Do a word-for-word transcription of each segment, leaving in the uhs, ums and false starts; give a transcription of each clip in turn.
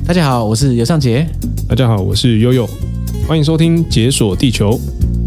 大家好，我是尤尚杰。 大家好，我是悠悠，欢迎收听《解锁地球》。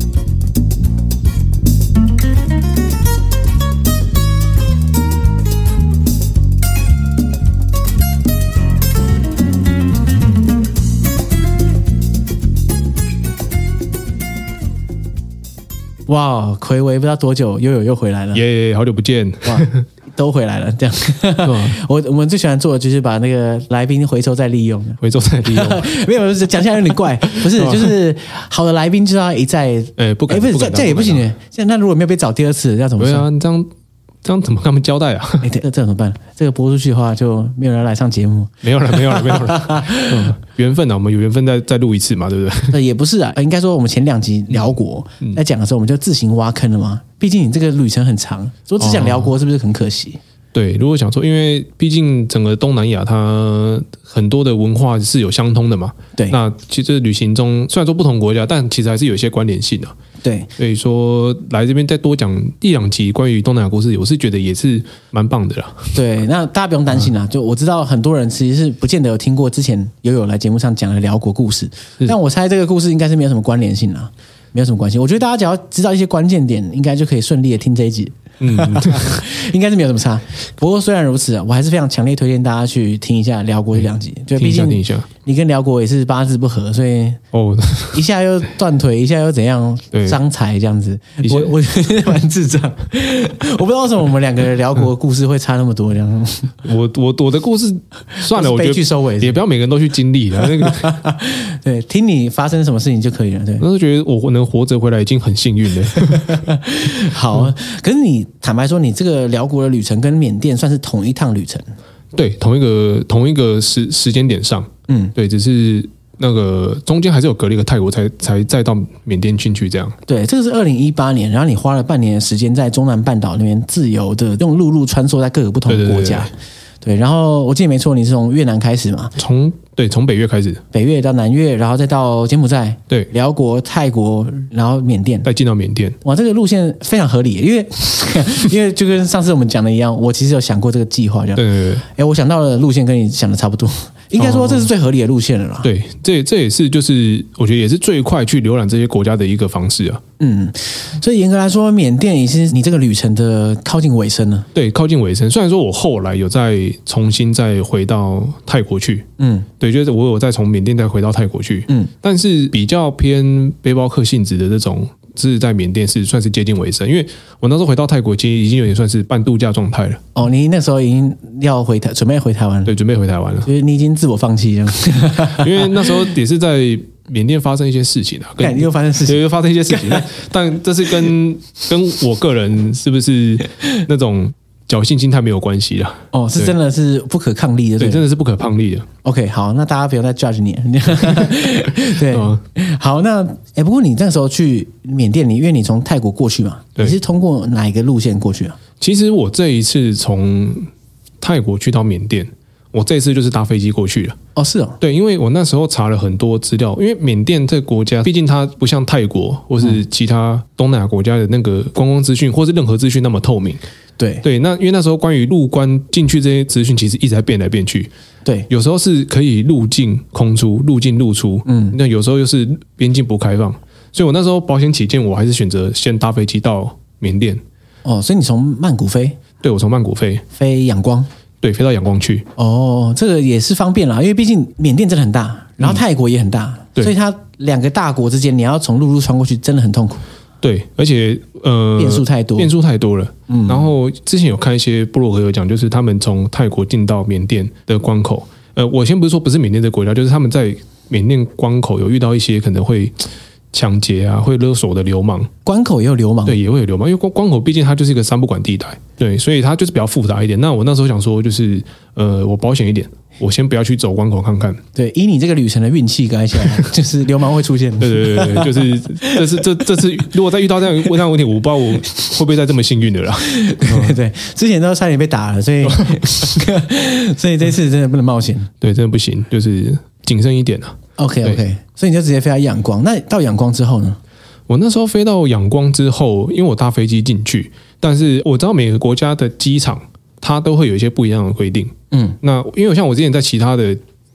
哇，睽违不知道多久，悠悠又回来了。 耶、yeah, 好久不见！ 哇，都回来了，这样。我我们最喜欢做的就是把那个来宾回收再利用， 回收再利用。 没有，讲起来有点怪，不是，就是好的来宾就要一再， 哎，不敢， 哎，不是，这这也不行哎。现在那如果没有被找第二次，要怎么算？ 对啊，你这样这样怎么跟他们交代啊？ 哎，这这怎么办？这个播出去的话，就没有人来上节目。 没有了，没有了，没有了。嗯，缘分啊，我们有缘分再再录一次嘛，对不对？ 呃，也不是啊，应该说我们前两集辽国、嗯、在讲的时候，我们就自行挖坑了嘛。毕竟你这个旅程很长，说只讲辽国是不是很可惜？哦， 对，如果想说，因为毕竟整个东南亚它很多的文化是有相通的嘛。 对， 那其实旅行中虽然说不同国家，但其实还是有一些关联性的。 对， 所以说来这边再多讲一两集关于东南亚故事，我是觉得也是蛮棒的啦。对， 那大家不用担心啦，就我知道很多人其实是不见得有听过之前悠悠来节目上讲的辽国故事，但我猜这个故事应该是没有什么关联性啦，没有什么关系。我觉得大家只要知道一些关键点，应该就可以顺利的听这一集。嗯，应该是没有什么差。不过虽然如此啊，我还是非常强烈推荐大家去听一下辽国这两集。就毕竟你跟辽国也是八字不合，所以哦，一下又断腿，一下又怎样伤财这样子。我我觉得蛮智障。我不知道为什么我们两个辽国的故事会差那么多这样。 我我我的故事算了，我觉得悲剧收尾， 也不要每个人都去经历了。那个对，听你发生什么事情就可以了。对， 我是觉得我能活着回来已经很幸运了。 好，嗯，可是你坦白说，你这个辽国的旅程跟缅甸算是同一趟旅程。 对，同一个同一个时时间点上，嗯，对，只是那个中间还是有隔了一个泰国才才再到缅甸进去这样。 对，这个是二零一八年，然后你花了半年的时间在中南半岛那边自由的用陆路穿梭在各个不同的国家。对对对对对，然后我记得没错，你是从越南开始嘛？ 从对，从北越开始， 北越到南越，然后再到柬埔寨， 对， 辽国、泰国，然后缅甸， 再进到缅甸。 哇，这个路线非常合理，因为因为就跟上次我们讲的一样，我其实有想过这个计划，这样。 对对对。 哎，我想到的路线跟你想的差不多，应该说这是最合理的路线了啦。 哦，对，这这也是就是我觉得也是最快去浏览这些国家的一个方式啊。 嗯，所以严格来说，缅甸也是你这个旅程的靠近尾声了。 对，靠近尾声。虽然说我后来有再重新再回到泰国去，嗯，对，就是我有再从缅甸再回到泰国去，嗯，但是比较偏背包客性质的这种，是在缅甸是算是接近尾声，因为我那时候回到泰国，其实已经有点算是半度假状态了。哦， 你那时候已经要回台，准备回台湾了？ 对，准备回台湾了， 就是你已经自我放弃这样。 因为那时候也是在缅甸发生一些事情啊， 跟又发生事情， 又发生一些事情，但这是跟跟我个人是不是那种侥幸心态没有关系啦。 哦，是真的是不可抗力的， 对， 对，真的是不可抗力的。 OK， 好，那大家不要再 judge 你了。对，好，那哎，不过你那时候去缅甸，你因为你从泰国过去嘛，你是通过哪一个路线过去啊？ 其实我这一次从泰国去到缅甸，我这一次就是搭飞机过去了。 哦，是哦， 对，因为我那时候查了很多资料，因为缅甸这个国家，毕竟它不像泰国或是其他东南亚国家的那个观光资讯，或是任何资讯那么透明。 对对，那因为那时候关于入关进去这些资讯，其实一直在变来变去。 对， 有时候是可以入境空出，入境入出，嗯，那有时候又是边境不开放，所以我那时候保险起见，我还是选择先搭飞机到缅甸。 哦，所以你从曼谷飞？ 对，我从曼谷飞， 飞仰光。 对，飞到仰光去。 哦，这个也是方便啦，因为毕竟缅甸真的很大，然后泰国也很大，嗯，所以它两个大国之间，你要从陆路穿过去，真的很痛苦。 对，而且呃， 变数太多， 变数太多了。嗯，然后之前有看一些部落格有讲，就是他们从泰国进到缅甸的关口，呃，我先不是说不是缅甸这个国家，就是他们在缅甸关口有遇到一些可能会抢劫啊、会勒索的流氓。 关口也有流氓？ 对，也会有流氓，因为关关口毕竟它就是一个三不管地带，对，所以它就是比较复杂一点。那我那时候想说，就是呃，我保险一点。我先不要去走关口看看。对， 以你这个旅程的运气，刚才讲就是流氓会出现。 对对对对，就是这次这这次，如果再遇到这样这样问题，我不知道我会不会再这么幸运的啦。 对对，之前都差点被打了，所以所以这次真的不能冒险。 对，真的不行，就是谨慎一点啊。 OK OK， 所以你就直接飞到仰光。那到仰光之后呢？ 我那时候飞到仰光之后，因为我搭飞机进去，但是我知道每个国家的机场它都会有一些不一样的规定。嗯，那因为像我之前在其他的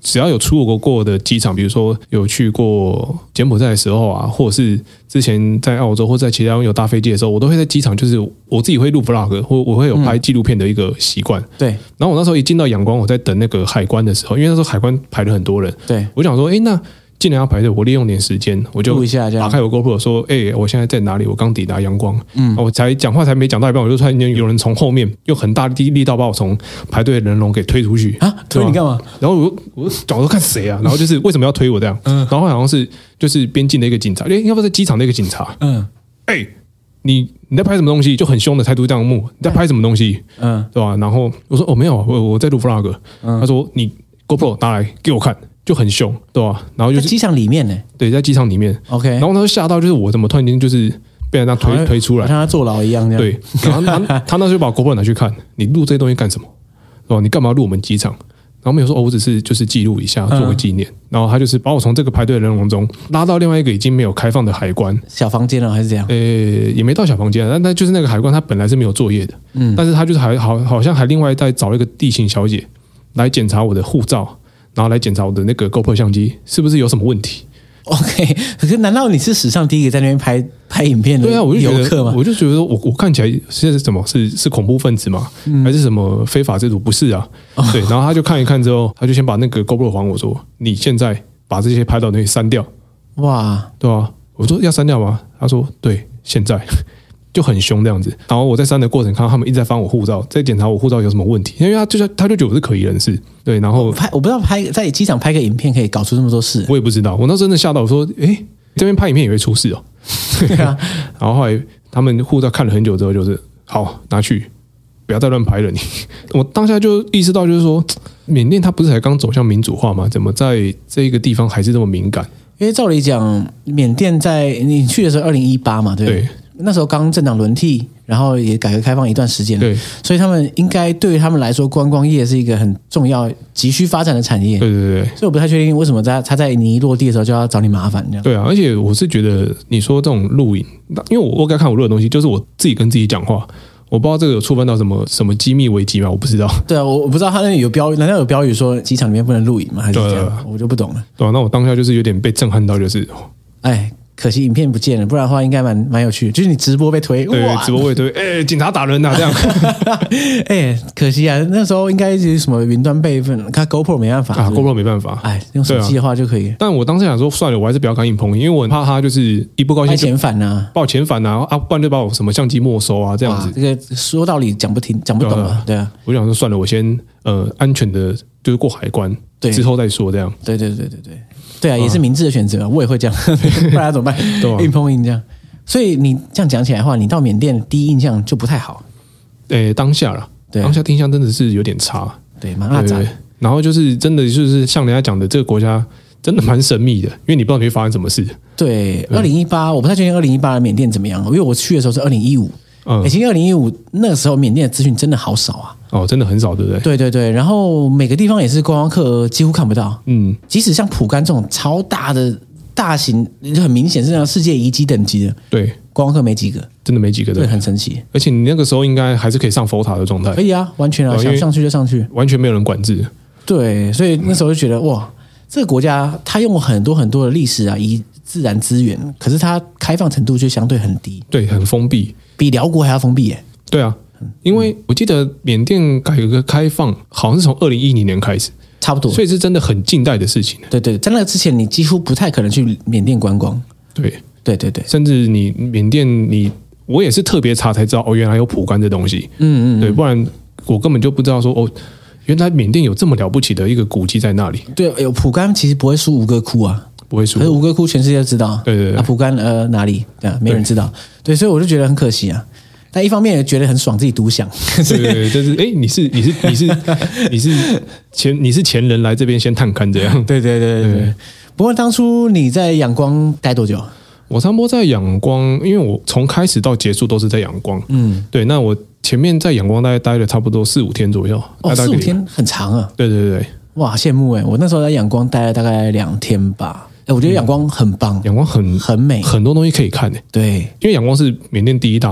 只要有出国过的机场，比如说有去过柬埔寨的时候啊，或者是之前在澳洲或在其他有搭飞机的时候，我都会在机场，就是我自己会录 vlog， 或我会有拍纪录片的一个习惯。嗯、 对。 然后我那时候一进到仰光，我在等那个海关的时候，因为那时候海关排了很多人， 对， 我想说，哎，那既然要排队，我利用点时间，我就打开我 GoPro 说，哎，我现在在哪里？我刚抵达阳光，嗯，我才讲话才没讲到一半，我就突然间有人从后面用很大的力道把我从排队的人龙给推出去啊！推你干嘛？ 然后我我角度看谁啊？然后就是为什么要推我这样？嗯，然后好像是就是边境的一个警察，哎，要不要在机场的一个警察？嗯，哎，你你在拍什么东西？就很凶的态度这样幕，你在拍什么东西？嗯，对吧？然后我说哦没有，我我在录 vlog。嗯，他说你 GoPro 拿来给我看。就很凶，对吧？然后就是在机场里面呢， 对，在机场里面 ，OK。然后他就吓到，就是我怎么突然间就是被人家推推出来， 好像他坐牢一样这样。 对，然后他他那时候把 GoPro 拿去看，你录这些东西干什么？对吧？你干嘛录我们机场？然后没有说哦，我只是就是记录一下，做个纪念。嗯、然后他就是把我从这个排队的人龙中拉到另外一个已经没有开放的海关小房间了，还是这样？ 呃，也没到小房间，但但就是那个海关，他本来是没有作业的，嗯，但是他就是还好好像还另外再找一个地勤小姐来检查我的护照。然后来检查我的那个 GoPro 相机是不是有什么问题 ？OK， 可是难道你是史上第一个在那边拍拍影片的游客吗？ 我就觉得我我看起来是什么？是是恐怖分子吗？嗯、还是什么非法之徒？不是啊。哦、对，然后他就看一看之后，他就先把那个 GoPro 还我说：“你现在把这些拍到的东西删掉。”哇，对啊，我说要删掉吗？他说：“对，现在。”就很凶这样子，然后我在删的过程看到他们一直在翻我护照，在检查我护照有什么问题，因为他就是他就觉得我是可疑人士，对，然后拍我不知道拍在机场拍个影片可以搞出这么多事， 我也不知道，我那时候真的吓到，我说，哎，这边拍影片也会出事哦，对啊，然后后来他们护照看了很久之后，就是好拿去，不要再乱拍了你，我当下就意识到，就是说缅甸它不是才刚走向民主化吗？怎么在这个地方还是这么敏感？ 因为照理讲，缅甸在你去的时候二零一八嘛，对不对？对，那时候刚政党轮替，然后也改革开放一段时间了，对，所以他们应该对于他们来说，观光业是一个很重要、急需发展的产业。 对对对， 所以我不太确定为什么在他在你一落地的时候就要找你麻烦这样。 对啊，而且我是觉得你说这种录影，因为我我该看我录的东西，就是我自己跟自己讲话。我不知道这个有触犯到什么什么机密危机吗？我不知道。对啊， 我我不知道他那里有标，难道有标语说机场里面不能录影吗？还是这样？我就不懂了。 对啊，那我当下就是有点被震撼到，就是， 哎。可惜影片不见了，不然的话应该蛮蛮有趣的。就是你直播被推， 对，直播被推，哎、欸，警察打人呐、啊，这样。 哎、欸，可惜啊，那时候应该是什么云端备份，看 GoPro 没办法啊 ，GoPro 没办法， 哎，用手机的话就可以、啊。 但我当时想说，算了，我还是不要敢硬碰，因为我怕他就是一不高兴遣返呐， 把我遣返呐，啊，不然就把我什么相机没收啊，这样子。 这个说道理讲不听，讲不懂啊，对啊。 我就想说算了，我先呃安全的，就是过海关，对，之后再说这样。 对对对对对。对啊，也是明智的选择，我也会这样，不然怎么办？硬碰硬这样。所以你这样讲起来的话，你到缅甸第一印象就不太好。 诶，当下啦，对，当下印象真的是有点差， 对，蛮阿杂。 然后就是真的就是像人家讲的，这个国家真的蛮神秘的，因为你不知道会发生什么事。 对，二零一八我不太确定二零一八的缅甸怎么样，因为我去的时候是二零一五。嗯，其实二零一五那个时候缅甸的资讯真的好少啊。 哦，真的很少，对不对？ 对对对，然后每个地方也是观光客几乎看不到。嗯，即使像蒲甘这种超大的大型，就很明显是像世界遗迹等级的， 对， 观光客没几个， 真的没几个， 对，很神奇。 而且你那个时候应该还是可以上佛塔的状态， 可以啊，完全啊，想上去就上去， 完全没有人管制。 对，所以那时候就觉得哇，这个国家它用很多很多的历史啊，以自然资源，可是它开放程度就相对很低， 对，很封闭， 比辽国还要封闭耶。 对啊。因为我记得缅甸改革开放好像是从二零一零年开始， 差不多， 所以是真的很近代的事情。 对对，在那个之前，你几乎不太可能去缅甸观光。 对对对对， 甚至你缅甸你我也是特别查才知道哦，原来有蒲甘这东西。嗯嗯，对，不然我根本就不知道说哦，原来缅甸有这么了不起的一个古迹在那里。 对，有蒲甘其实不会输吴哥窟啊， 不会输。 可是吴哥窟全世界都知道。 对对对， 啊，蒲甘呃哪里？对啊，没人知道。对，所以我就觉得很可惜啊。但一方面也觉得很爽，自己独享。 对对对，就是哎，你是你是你是你是前你是前人来这边先探勘这样。 对对对对对。不过当初你在仰光待多久？ 我差不多在仰光，因为我从开始到结束都是在仰光。嗯，对。那我前面在仰光大概待了差不多四五天左右。 哦，四五天很长啊。 对对对。 哇，羡慕哎！我那时候在仰光待了大概两天吧。哎，我觉得仰光很棒， 仰光很很美， 很多东西可以看诶。 对， 因为仰光是缅甸第一大城。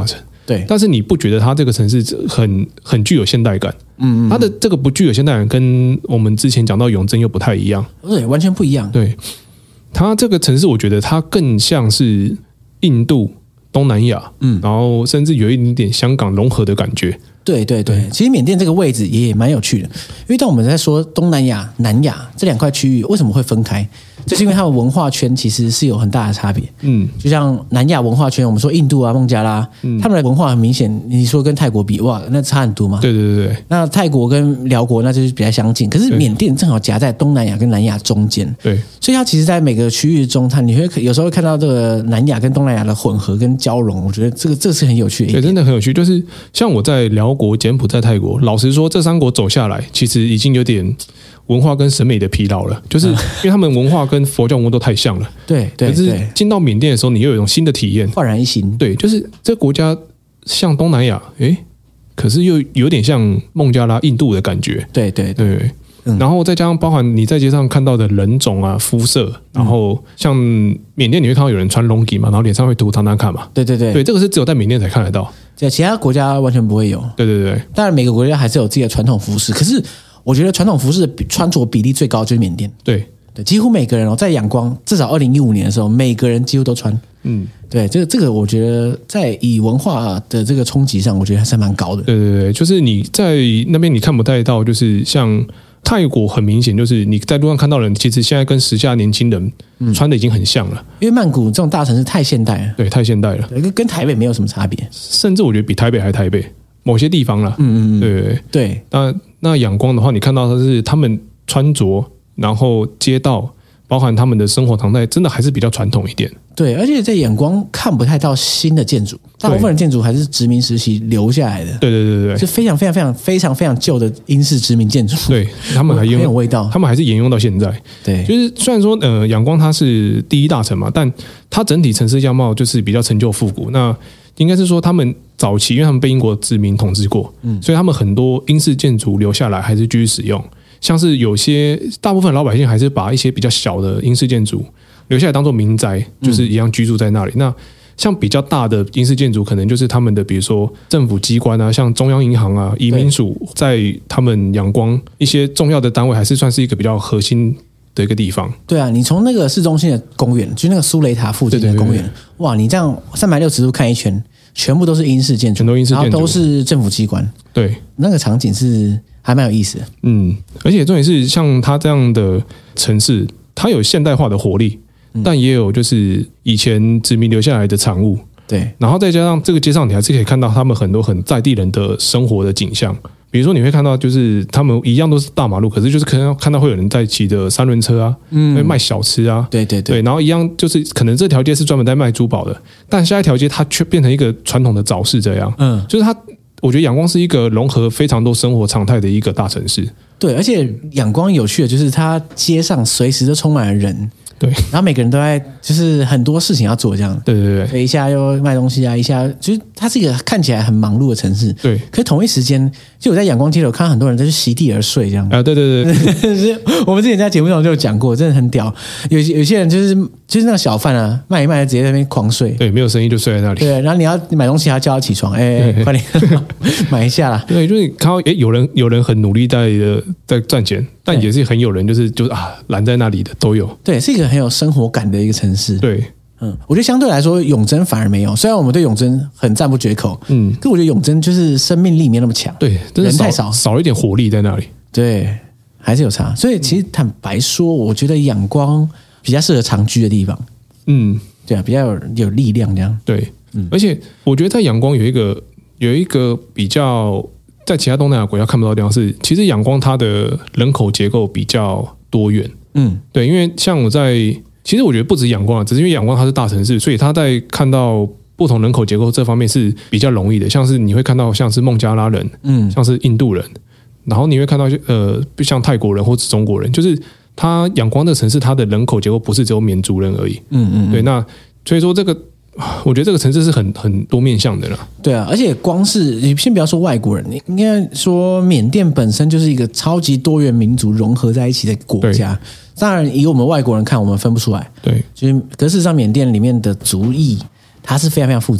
对， 但是你不觉得它这个城市很很具有现代感？嗯，它的这个不具有现代感，跟我们之前讲到永贞又不太一样， 对，完全不一样。 对，它这个城市，我觉得它更像是印度、东南亚，嗯，然后甚至有一点点香港融合的感觉。 对对对，其实缅甸这个位置也蛮有趣的，因为当我们在说东南亚、南亚这两块区域为什么会分开，就是因为他们文化圈其实是有很大的差别。嗯，就像南亚文化圈，我们说印度啊、孟加拉，嗯、他们的文化很明显，你说跟泰国比，哇，那差很多嘛。 对对对对。 那泰国跟辽国那就是比较相近，可是缅甸正好夹在东南亚跟南亚中间。 对， 所以它其实在每个区域中，它你会有时候会看到这个南亚跟东南亚的混合跟交融，我觉得这个这个是很有趣的一点。 对，真的很有趣。就是像我在辽国、柬埔寨、泰国，老实说，这三国走下来，其实已经有点文化跟审美的疲劳了，就是因为他们文化跟佛教文化都太像了。 对对， 可是进到缅甸的时候，你又有一种新的体验， 焕然一新。 对，就是这个国家像东南亚，诶，可是又有点像孟加拉、印度的感觉。 对对对。对嗯、然后再加上包含你在街上看到的人种啊、肤色，然后像缅甸你会看到有人穿 longi 嘛，然后脸上会涂唐纳卡嘛。 对对对， 对，这个是只有在缅甸才看得到， 在其他国家完全不会有。 对对对， 当然每个国家还是有自己的传统服饰，可是我觉得传统服饰的穿着比例最高就是缅甸。 对对，几乎每个人哦，在仰光至少二零一五年的时候，每个人几乎都穿。嗯，对，这个这个我觉得在以文化的这个冲击上，我觉得还是蛮高的。 对对对，就是你在那边你看不太到，就是像泰国很明显，就是你在路上看到的人，其实现在跟时下年轻人穿的已经很像了。 因为曼谷这种大城市太现代了， 对，太现代了， 跟跟台北没有什么差别， 甚至我觉得比台北还台北某些地方啦。嗯嗯嗯，对对。 那那仰光的话，你看到的是他们穿着，然后街道，包含他们的生活常态，真的还是比较传统一点。 对，而且在仰光看不太到新的建筑，大部分的建筑还是殖民时期留下来的。 对对对对， 是非常非常非常非常非常旧的英式殖民建筑。 对，他们还用很有味道， 他们还是沿用到现在。 对， 就是虽然说呃仰光它是第一大城嘛，但它整体城市样貌就是比较陈旧复古。那应该是说他们早期因为他们被英国殖民统治过，嗯，所以他们很多英式建筑留下来还是继续使用。像是有些大部分老百姓还是把一些比较小的英式建筑留下来当做民宅，就是一样居住在那里。嗯、那像比较大的英式建筑，可能就是他们的，比如说政府机关啊，像中央银行啊、移民署，在他们仰光一些重要的单位，还是算是一个比较核心的一个地方。 对啊，你从那个市中心的公园，就那个苏雷塔附近的公园，对对对对，哇，你这样三百六十度看一圈，全部都是英式建筑， 全都英式建筑， 然后都是政府机关。 对， 那个场景是还蛮有意思的。 嗯，而且重点是像它这样的城市，它有现代化的活力。但也有就是以前殖民留下来的产物， 对， 然后再加上这个街上，你还是可以看到他们很多很在地人的生活的景象。比如说，你会看到就是他们一样都是大马路，可是就是可能看到会有人在骑的三轮车啊，嗯，会卖小吃啊， 对对 对, 对，然后一样就是可能这条街是专门在卖珠宝的，但下一条街它却变成一个传统的早市这样，嗯，就是它，我觉得仰光是一个融合非常多生活常态的一个大城市。 对，而且仰光有趣的就是它街上随时都充满了人。 对， 然后每个人都在，就是很多事情要做，这样。 对对对， 一下又卖东西啊，一下就是它是一个看起来很忙碌的城市。 对， 可是同一时间，就我在仰光街头看到很多人在去席地而睡，这样。 啊，对对对， 我们之前在节目上就有讲过，真的很屌。有有些人就是就是那个小贩啊，卖一卖直接在那边狂睡。 对，没有生意就睡在那里。 对，然后你要买东西，还要叫他起床，哎，快点买一下啦。 对，就是看到哎，有人有人很努力在在赚钱。但也是很有人，就是就是啊，拦在那里的都有。 对，是一个很有生活感的一个城市。 对， 嗯，我觉得相对来说，永贞反而没有。虽然我们对永贞很赞不绝口，嗯，可我觉得永贞就是生命力没那么强。 对，真的人太少， 少一点活力在那里。 对，还是有差。所以其实坦白说，我觉得仰光比较适合长居的地方。嗯，对啊，比较有有力量这样。 对，嗯，而且我觉得在仰光有一个有一个比较。在其他东南亚国家看不到的地方是，其实仰光它的人口结构比较多元。嗯，对，因为像我在，其实我觉得不止仰光啊，只是因为仰光它是大城市，所以它在看到不同人口结构这方面是比较容易的。像是你会看到像是孟加拉人，嗯，像是印度人，然后你会看到呃，像泰国人或者中国人，就是它仰光的城市，它的人口结构不是只有缅族人而已。嗯嗯，对，那所以说这个。我觉得这个城市是很很多面向的啦。 对啊，而且光是你先不要说外国人，你应该说缅甸本身就是一个超级多元民族融合在一起的国家。当然，以我们外国人看，我们分不出来。 对， 就是可是事实上，缅甸里面的族裔它是非常非常复杂。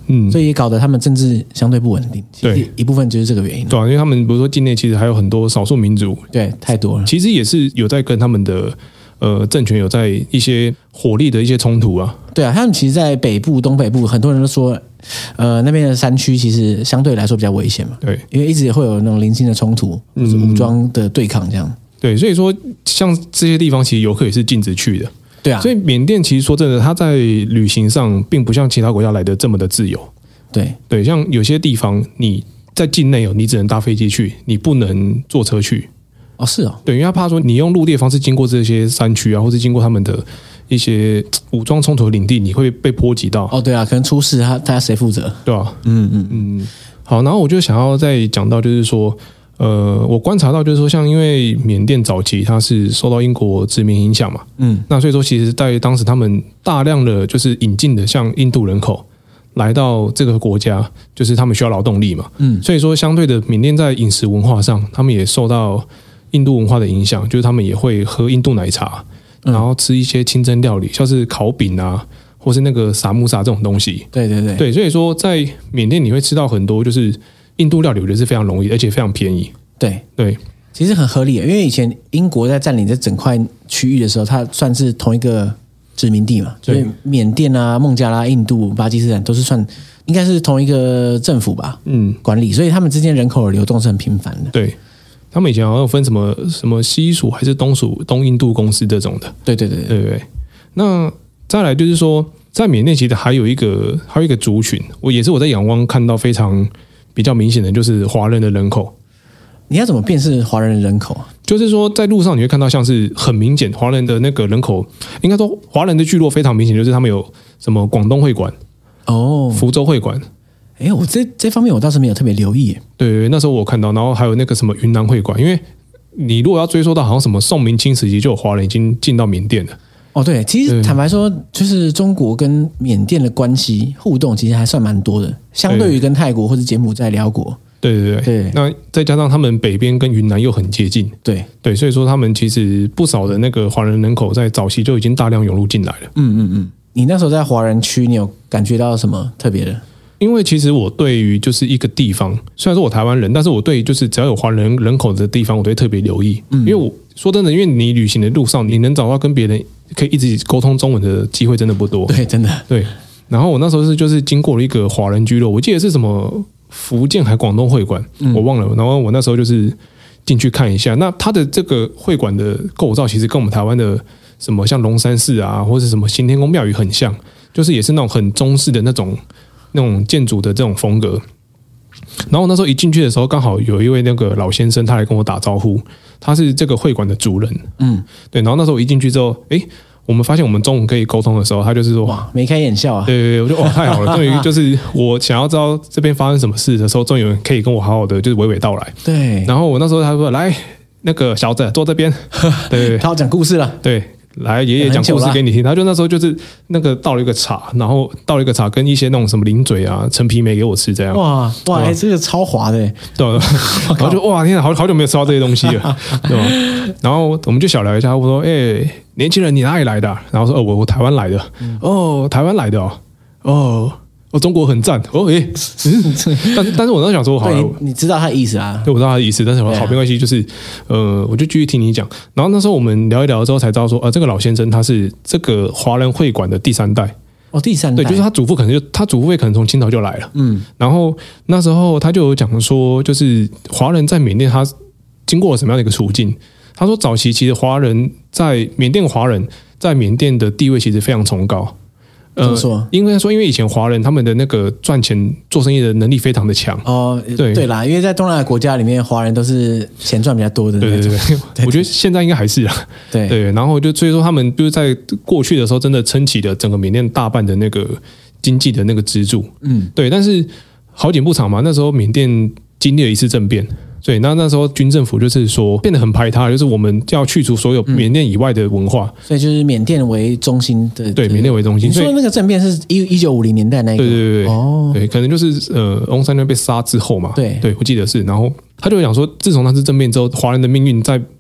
嗯，所以也搞得他们政治相对不稳定。对，一部分就是这个原因。 对啊，因为他们比如说境内其实还有很多少数民族， 对，太多了。 其实也是有在跟他们的呃政权有在一些火力的一些冲突啊。 对啊，他们其实，在北部、东北部，很多人都说，呃，那边的山区其实相对来说比较危险嘛。 对， 因为一直会有那种零星的冲突，或者武装的对抗这样。嗯、 对，所以说像这些地方，其实游客也是禁止去的。 对啊， 所以缅甸其实说真的，它在旅行上并不像其他国家来的这么的自由。 对对，像有些地方你在境内哦，你只能搭飞机去，你不能坐车去。 哦，是哦， 对，因为他怕说你用陆地的方式经过这些山区啊，或是经过他们的一些武装冲突的领地，你会被波及到。 哦，对啊，可能出事他他谁负责？ 对啊，嗯嗯嗯。好，然后我就想要再讲到，就是说，呃，我观察到就是说，像因为缅甸早期它是受到英国殖民影响嘛，嗯，那所以说其实在当时他们大量的就是引进的像印度人口来到这个国家，就是他们需要劳动力嘛，嗯，所以说相对的缅甸在饮食文化上，他们也受到印度文化的影响，就是他们也会喝印度奶茶，然后吃一些清真料理，像是烤饼啊，或是那个萨姆萨这种东西。 对对对， 对，所以说在缅甸你会吃到很多就是印度料理，我觉得是非常容易，而且非常便宜。 对对， 其实很合理，因为以前英国在占领这整块区域的时候，它算是同一个殖民地嘛，所以缅甸啊、孟加拉、印度、巴基斯坦都是算应该是同一个政府吧，嗯，管理，所以他们之间人口的流动是很频繁的。 对。他们以前好像有分什么什么西属还是东属东印度公司这种的， 对对对对对。那再来就是说，在缅甸其实还有一个还有一个族群，我也是我在仰光看到非常比较明显的，就是华人的人口。 你要怎么辨识华人的人口啊？ 就是说，在路上你会看到像是很明显华人的那个人口，应该说华人的聚落非常明显，就是他们有什么广东会馆哦，福州会馆。 哎，我这这方面我倒是没有特别留意。 对对，那时候我看到，然后还有那个什么云南会馆，因为你如果要追溯到好像什么宋明清时期，就有华人已经进到缅甸了。 哦，对，其实坦白说，就是中国跟缅甸的关系互动其实还算蛮多的，相对于跟泰国或者柬埔寨、辽国。 对对 对, 对，那再加上他们北边跟云南又很接近， 对对，所以说他们其实不少的那个华人人口在早期就已经大量涌入进来了。 嗯嗯嗯，你那时候在华人区，你有感觉到什么特别的？ 因为其实我对于就是一个地方，虽然说我台湾人，但是我对就是只要有华人人口的地方，我都会特别留意。嗯，因为我说真的，因为你旅行的路上，你能找到跟别人可以一直沟通中文的机会真的不多。 对，真的对。然后我那时候是就是经过了一个华人聚落，我记得是什么福建还广东会馆，我忘了。然后我那时候就是进去看一下，那它的这个会馆的构造其实跟我们台湾的什么像龙山寺啊，或者什么行天宫庙宇很像，就是也是那种很中式的那种。那种建筑的这种风格，然后我那时候一进去的时候，刚好有一位那个老先生，他来跟我打招呼，他是这个会馆的主人，嗯，对。然后那时候我一进去之后，哎，我们发现我们中文可以沟通的时候，他就是说， 哇，眉开眼笑啊， 对对对，我就哇太好了，终于就是我想要知道这边发生什么事的时候，终于有人可以跟我好好的就是娓娓道来， 对。 然后我那时候他说，来，那个小子坐这边，对对， 他要讲故事了， 对。来，爷爷讲故事给你听。他就那时候就是那个倒了一个茶，然后倒了一个茶，跟一些那种什么零嘴啊、陈皮梅给我吃，这样。 哇哇，哎、欸，这个超滑的， 对。然后就哇，天啊，好好久没有吃到这些东西了，对吧？然后我们就小聊一下，我说：“哎、欸，年轻人，你哪里来的、啊？”然后说：“哦，我我台湾来的。嗯”哦，台湾来的哦。哦。哦，中国很赞哦，诶，但但是我那时候想说，好了， 你知道他的意思啊？ 对，我知道他的意思，但是好没关系，就是、啊、呃，我就继续听你讲。然后那时候我们聊一聊之后才知道说，呃，这个老先生他是这个华人会馆的第三代。 哦，第三代， 对，就是他祖父可能就他祖父辈可能从清朝就来了，嗯。然后那时候他就有讲说，就是华人在缅甸他经过了什么样的一个处境？他说，早期其实华人在缅甸，华人在缅甸的地位其实非常崇高。 怎么说？ 因为说，因为以前华人他们的那个赚钱做生意的能力非常的强哦，对对啦，因为在东南亚国家里面，华人都是钱赚比较多的。 对对对，对我觉得现在应该还是啊。 对对，然后就所以说他们就是在过去的时候，真的撑起了整个缅甸大半的那个经济的那个支柱。嗯，对。但是好景不长嘛，那时候缅甸经历了一次政变。对，那那时候军政府就是说变得很排他，就是我们要去除所有缅甸以外的文化， 嗯、所以就是缅甸为中心的。 对，缅甸为中心。 你说那个政变是一一九五零年代那个？ 对对对对。哦，对，可能就是呃，翁山那被杀之后嘛。 对， 对我记得是。然后他就讲说，自从那次政变之后，华人的命运在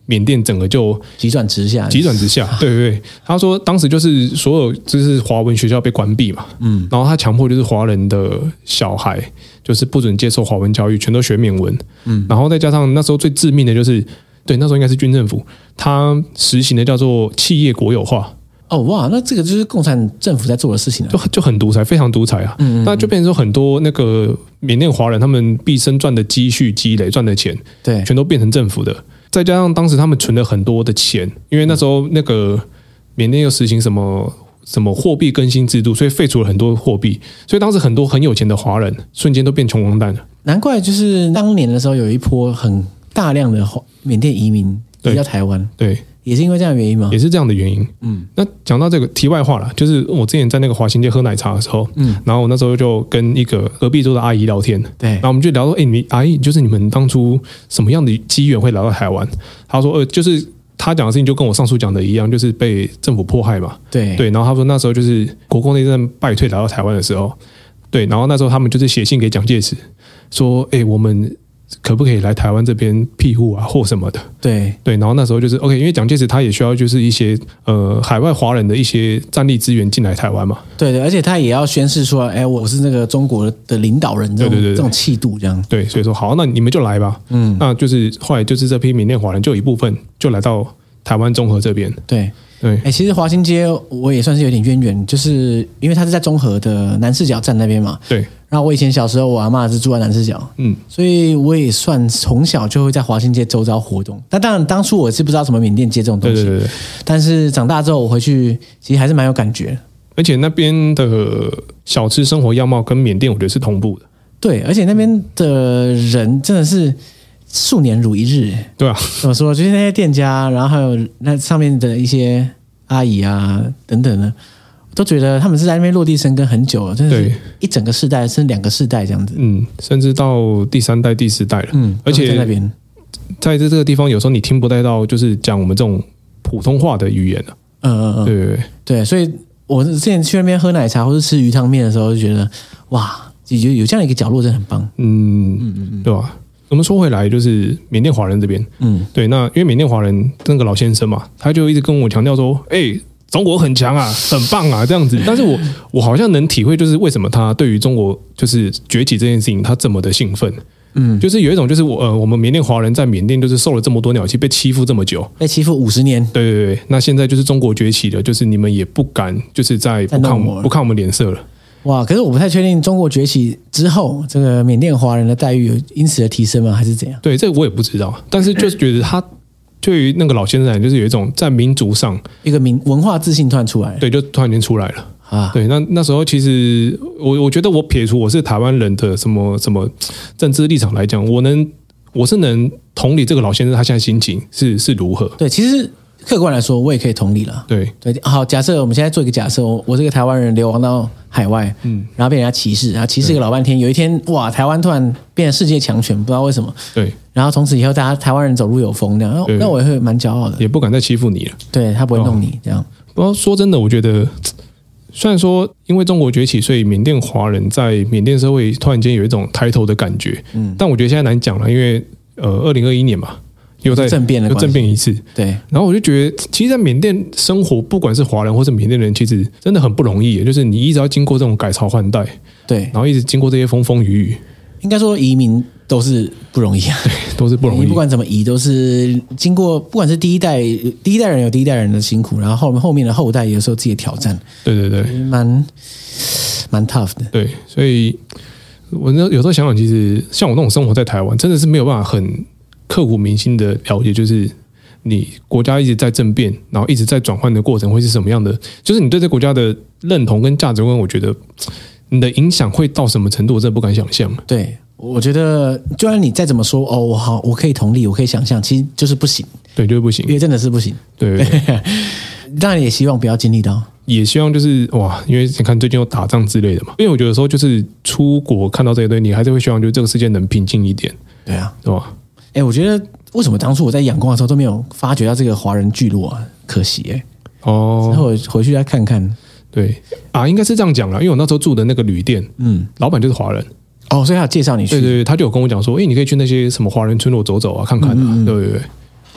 缅甸整个就急转直下， 急转直下。对对对，他说当时就是所有就是华文学校被关闭嘛，嗯，然后他强迫就是华人的小孩就是不准接受华文教育，全都学缅文，嗯，然后再加上那时候最致命的就是，对，那时候应该是军政府，他实行的叫做企业国有化。 哦哇，那这个就是共产政府在做的事情啊， 就就很独裁，非常独裁啊。嗯嗯嗯，那就变成说很多那个缅甸华人他们毕生赚的积蓄积累赚的钱， 对， 全都变成政府的。再加上当时他们存了很多的钱，因为那时候那个缅甸又实行什么什么货币更新制度，所以废除了很多货币，所以当时很多很有钱的华人瞬间都变穷光蛋了。 难怪就是当年的时候有一波很大量的缅甸移民移到台湾， 对。 也是因为这样的原因吗？ 也是这样的原因。嗯，那讲到这个题外话啦，就是我之前在那个华新街喝奶茶的时候，嗯，然后我那时候就跟一个隔壁桌的阿姨聊天， 对， 然后我们就聊说，哎、欸，你阿姨，就是你们当初什么样的机缘会来到台湾？她说，呃，就是她讲的事情就跟我上述讲的一样，就是被政府迫害嘛， 对对。然后她说那时候就是国共内战败退来到台湾的时候，对，然后那时候他们就是写信给蒋介石，说，哎、欸，我们可不可以来台湾这边庇护啊，或什么的？ 对对，然后那时候就是 OK， 因为蒋介石他也需要就是一些呃海外华人的一些战力资源进来台湾嘛。 对对，而且他也要宣示说，哎，我是那个中国的领导人，这种对对对对这种气度这样。 对，所以说好，那你们就来吧。嗯，那就是后来就是这批缅甸华人就有一部分就来到台湾中和这边。 对。 对， 哎，其实华新街我也算是有点渊源，就是因为它是在中和的南势角站那边嘛。 对。 然后我以前小时候，我阿嬷是住在南势角，嗯，所以我也算从小就会在华新街周遭活动。但当然，当初我是不知道什么缅甸街这种东西， 对对对对。 但是长大之后，我回去其实还是蛮有感觉。 而且那边的小吃生活样貌跟缅甸我觉得是同步的。 对，而且那边的人真的是数年如一日。 对啊， 怎么说？就是那些店家，然后还有那上面的一些阿姨啊等等的，都觉得他们是在那边落地生根很久了，真的是一整个世代，甚至两个世代这样子。 嗯，甚至到第三代、第四代了。嗯，而且在那边， 在这这个地方，有时候你听不太到，就是讲我们这种普通话的语言了。 嗯嗯嗯， 对对对对，所以我之前去那边喝奶茶或是吃鱼汤面的时候，就觉得哇，有有这样一个角落真的很棒。 嗯嗯嗯嗯，对吧？我们说回来，就是缅甸华人这边，嗯，对，那因为缅甸华人那个老先生嘛，他就一直跟我强调说，哎、欸，中国很强啊，很棒啊，这样子。但是我我好像能体会，就是为什么他对于中国就是崛起这件事情，他这么的兴奋。嗯，就是有一种就是我呃，我们缅甸华人在缅甸就是受了这么多鸟气，被欺负这么久， 被欺负五十年。 对对对，那现在就是中国崛起了，就是你们也不敢就是在不看不看我们脸色了。 哇！可是我不太确定中国崛起之后，这个缅甸华人的待遇有因此的提升吗？还是怎样？ 对，这个我也不知道。但是就是觉得他对于那个老先生来讲，就是有一种在民族上一个民文化自信突然出来， 对，就突然间出来了啊。 对，那那时候其实我我觉得我撇除我是台湾人的什么什么政治立场来讲，我能我是能同理这个老先生他现在心情是是如何。 对，其实。客观来说，我也可以同理了。 对对，好，假设我们现在做一个假设，我我这个台湾人流亡到海外，嗯，然后被人家歧视，然后歧视个老半天，有一天哇，台湾突然变成世界强权，不知道为什么。 对， 然后从此以后，大家台湾人走路有风，这样，那我也会蛮骄傲的， 也不敢再欺负你了。 对他不会弄你、哦、这样。 不过说真的，我觉得虽然说因为中国崛起，所以缅甸华人在缅甸社会突然间有一种抬头的感觉，嗯，但我觉得现在难讲了，因为呃，二零二一年嘛。又在政变了， 又政变一次， 对。 然后我就觉得，其实，在缅甸生活，不管是华人或是缅甸人，其实真的很不容易。就是你一直要经过这种改朝换代， 对， 然后一直经过这些风风雨雨。 应该说，移民都是不容易啊， 对，都是不容易。 你不管怎么移，都是经过，不管是第一代，第一代人有第一代人的辛苦，然后后面后面的后代有时候自己的挑战， 对对对， 蛮蛮 tough 的。 对，所以我有时候想想，其实像我那种生活在台湾，真的是没有办法很。刻骨铭心的了解，就是你国家一直在政变，然后一直在转换的过程会是什么样的？就是你对这国家的认同跟价值观，我觉得你的影响会到什么程度，我真的不敢想象。 对，我觉得就算你再怎么说，哦，我好，我可以同理，我可以想象，其实就是不行。 对，就是不行， 因为真的是不行。 对，对对当然也希望不要经历到， 也希望就是哇，因为你看最近有打仗之类的嘛。因为我觉得说，就是出国看到这些东西，你还是会希望，就是这个世界能平静一点。 对啊， 对吧？ 哎，我觉得为什么当初我在仰光的时候都没有发觉到这个华人聚落啊？可惜哎、欸。哦，然后我回去再看看。 对啊，应该是这样讲啦，因为我那时候住的那个旅店，嗯，老板就是华人。 哦，所以他介绍你去。 对对对，他就有跟我讲说，哎，你可以去那些什么华人村落走走啊，看看啊。嗯嗯对对对。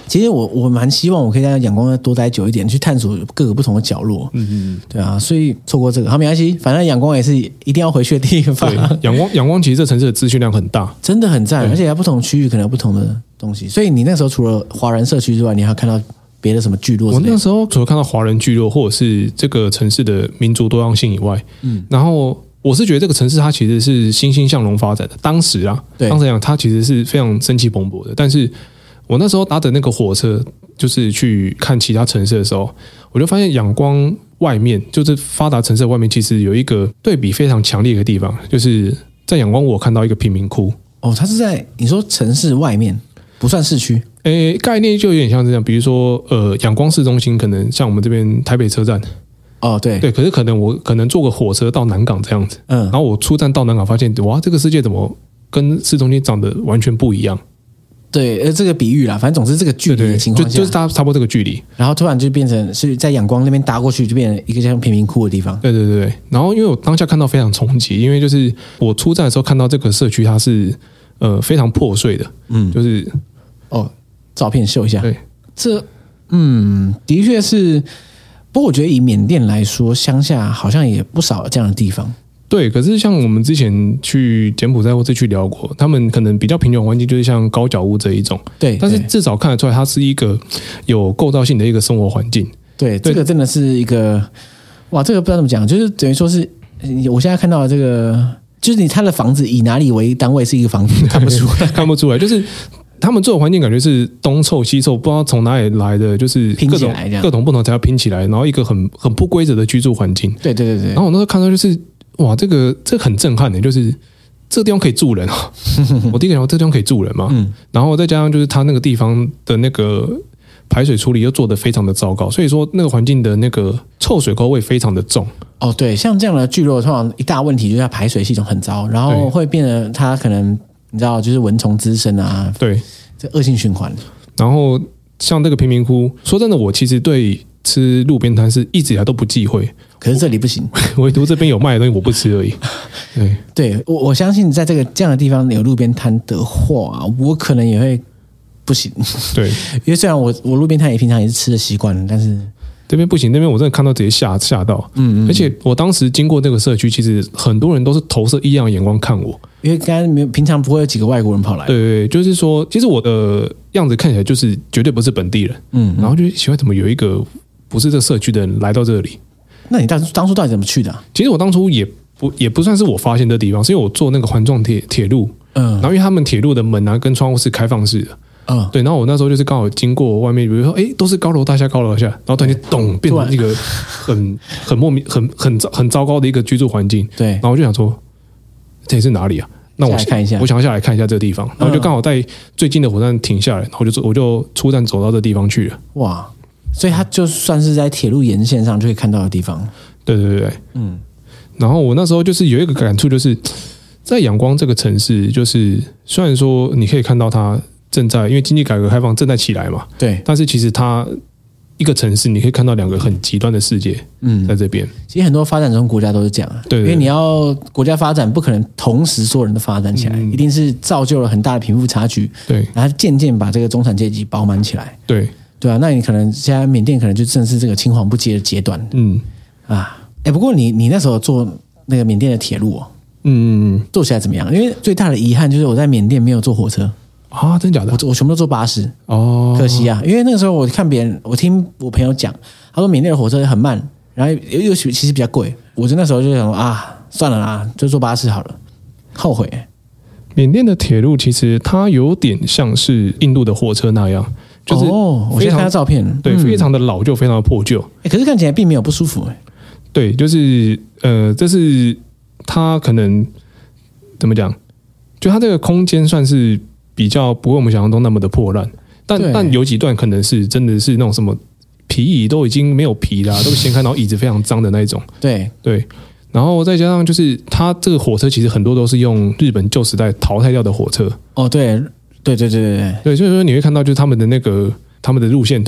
其实我我蛮希望我可以在仰光多待久一点，去探索各个不同的角落。嗯嗯，对啊，所以错过这个好没关系，反正仰光也是一定要回去的地方。 对，仰光仰光其实这城市的资讯量很大， 真的很赞，而且在不同区域可能有不同的东西。所以你那时候除了华人社区之外，你还有看到别的什么聚落？ 我那时候除了看到华人聚落或者是这个城市的民族多样性以外，嗯，然后我是觉得这个城市它其实是欣欣向荣发展的。当时啊，当时讲它其实是非常生气蓬勃的，但是我那时候搭的那个火车，就是去看其他城市的时候，我就发现仰光外面，就是发达城市的外面，其实有一个对比非常强烈的地方，就是在仰光我看到一个贫民窟。 哦，它是在你说城市外面，不算市区。 诶，概念就有点像这样，比如说呃，仰光市中心可能像我们这边台北车站。 哦，对对，可是可能我可能坐个火车到南港这样子，嗯，然后我出站到南港，发现哇，这个世界怎么跟市中心长得完全不一样？ 对，呃，这个比喻啦，反正总之这个距离的情况下， 就就是差差不多这个距离， 然后突然就变成是在仰光那边搭过去，就变成一个像贫民窟的地方。 对对对对，然后因为我当下看到非常冲击，因为就是我出站的时候看到这个社区它是呃非常破碎的，嗯，就是哦，照片秀一下， 对， 这嗯的确是，不过我觉得以缅甸来说，乡下好像也不少这样的地方。 对，可是像我们之前去柬埔寨或者去聊过，他们可能比较贫穷环境，就是像高脚屋这一种。 对， 但是至少看得出来，它是一个有构造性的一个生活环境。 对，这个真的是一个哇，这个不知道怎么讲，就是等于说是我现在看到的这个，就是你他的房子以哪里为单位是一个房子，看不出来， 看不出来，就是他们这种环境感觉是东凑西凑，不知道从哪里来的，就是各种各种不同材料拼起来，然后一个很很不规则的居住环境。 对对对对。 然后我那时候看到就是。哇，这个这个很震撼的，就是这个地方可以住人啊！我第一个想到这个地方可以住人嘛，嗯，然后再加上就是它那个地方的那个排水处理又做得非常的糟糕，所以说那个环境的那个臭水沟味非常的重。 哦，对，像这样的聚落，通常一大问题就是它排水系统很糟，然后会变得它可能你知道，就是蚊虫滋生啊， 对， 这恶性循环。 然后像这个贫民窟，说真的，我其实对吃路边摊是一直以来都不忌讳。 可是这里不行， 唯独这边有卖的东西我不吃而已。对， 对我我相信在这个这样的地方有路边摊的话，我可能也会不行。 对， 因为虽然我我路边摊也平常也是吃的习惯了，但是这边不行，那边我真的看到直接吓吓到。嗯, 嗯，而且我当时经过这个社区，其实很多人都是投射异样的眼光看我， 因为刚刚没有平常不会有几个外国人跑来。 对对，就是说，其实我的样子看起来就是绝对不是本地人。嗯, 嗯，然后就奇怪怎么有一个不是这社区的人来到这里。 那你当当初到底怎么去的、啊？ 其实我当初也不也不算是我发现的地方，是因为我坐那个环状铁铁路，嗯，然后因为他们铁路的门啊跟窗户是开放式的，嗯，对，然后我那时候就是刚好经过外面，比如说哎都是高楼大厦高楼大厦，然后突然间咚变成一个很很莫名很很很糟糕的一个居住环境， 对， 然后我就想说这里是哪里啊？那我看一下， 我想要下来看一下这个地方，然后就刚好在最近的火车站停下来，然后我就我就出站走到这地方去了， 哇！所以它就算是在铁路沿线上就可以看到的地方。 对对对，嗯。然后我那时候就是有一个感触，就是在仰光这个城市，就是虽然说你可以看到它正在因为经济改革开放正在起来嘛， 对。 但是其实它一个城市，你可以看到两个很极端的世界，嗯，在这边。 其实很多发展中国家都是这样， 对，因为你要国家发展，不可能同时所有人都发展起来，嗯、一定是造就了很大的贫富差距， 对， 然后渐渐把这个中产阶级饱满起来， 对。 对啊，那你可能现在缅甸可能就正是这个青黄不接的阶段，嗯啊，哎，不过你你那时候坐那个缅甸的铁路哦，嗯，坐起来怎么样？因为最大的遗憾就是我在缅甸没有坐火车啊，真假的？ 我我全部都坐巴士哦， 可惜啊，因为那个时候我看别人，我听我朋友讲，他说缅甸的火车很慢，然后又又其实比较贵，我就那时候就想说啊，算了啦，就坐巴士好了，后悔。 缅甸的铁路其实它有点像是印度的火车那样。就是哦，我先看下照片， 对，嗯、非常的老旧，非常的破旧。 欸、可是看起来并没有不舒服、欸。 对，就是呃，这是它可能怎么讲？就它这个空间算是比较不会我们想象中那么的破烂，但但有几段可能是真的是那种什么皮椅都已经没有皮啦，都掀开，然后椅子非常脏的那一种。 对对，然后再加上就是它这个火车其实很多都是用日本旧时代淘汰掉的火车。 哦，对。对对对对对， 对，所以说你会看到就是他们的那个他们的路线图，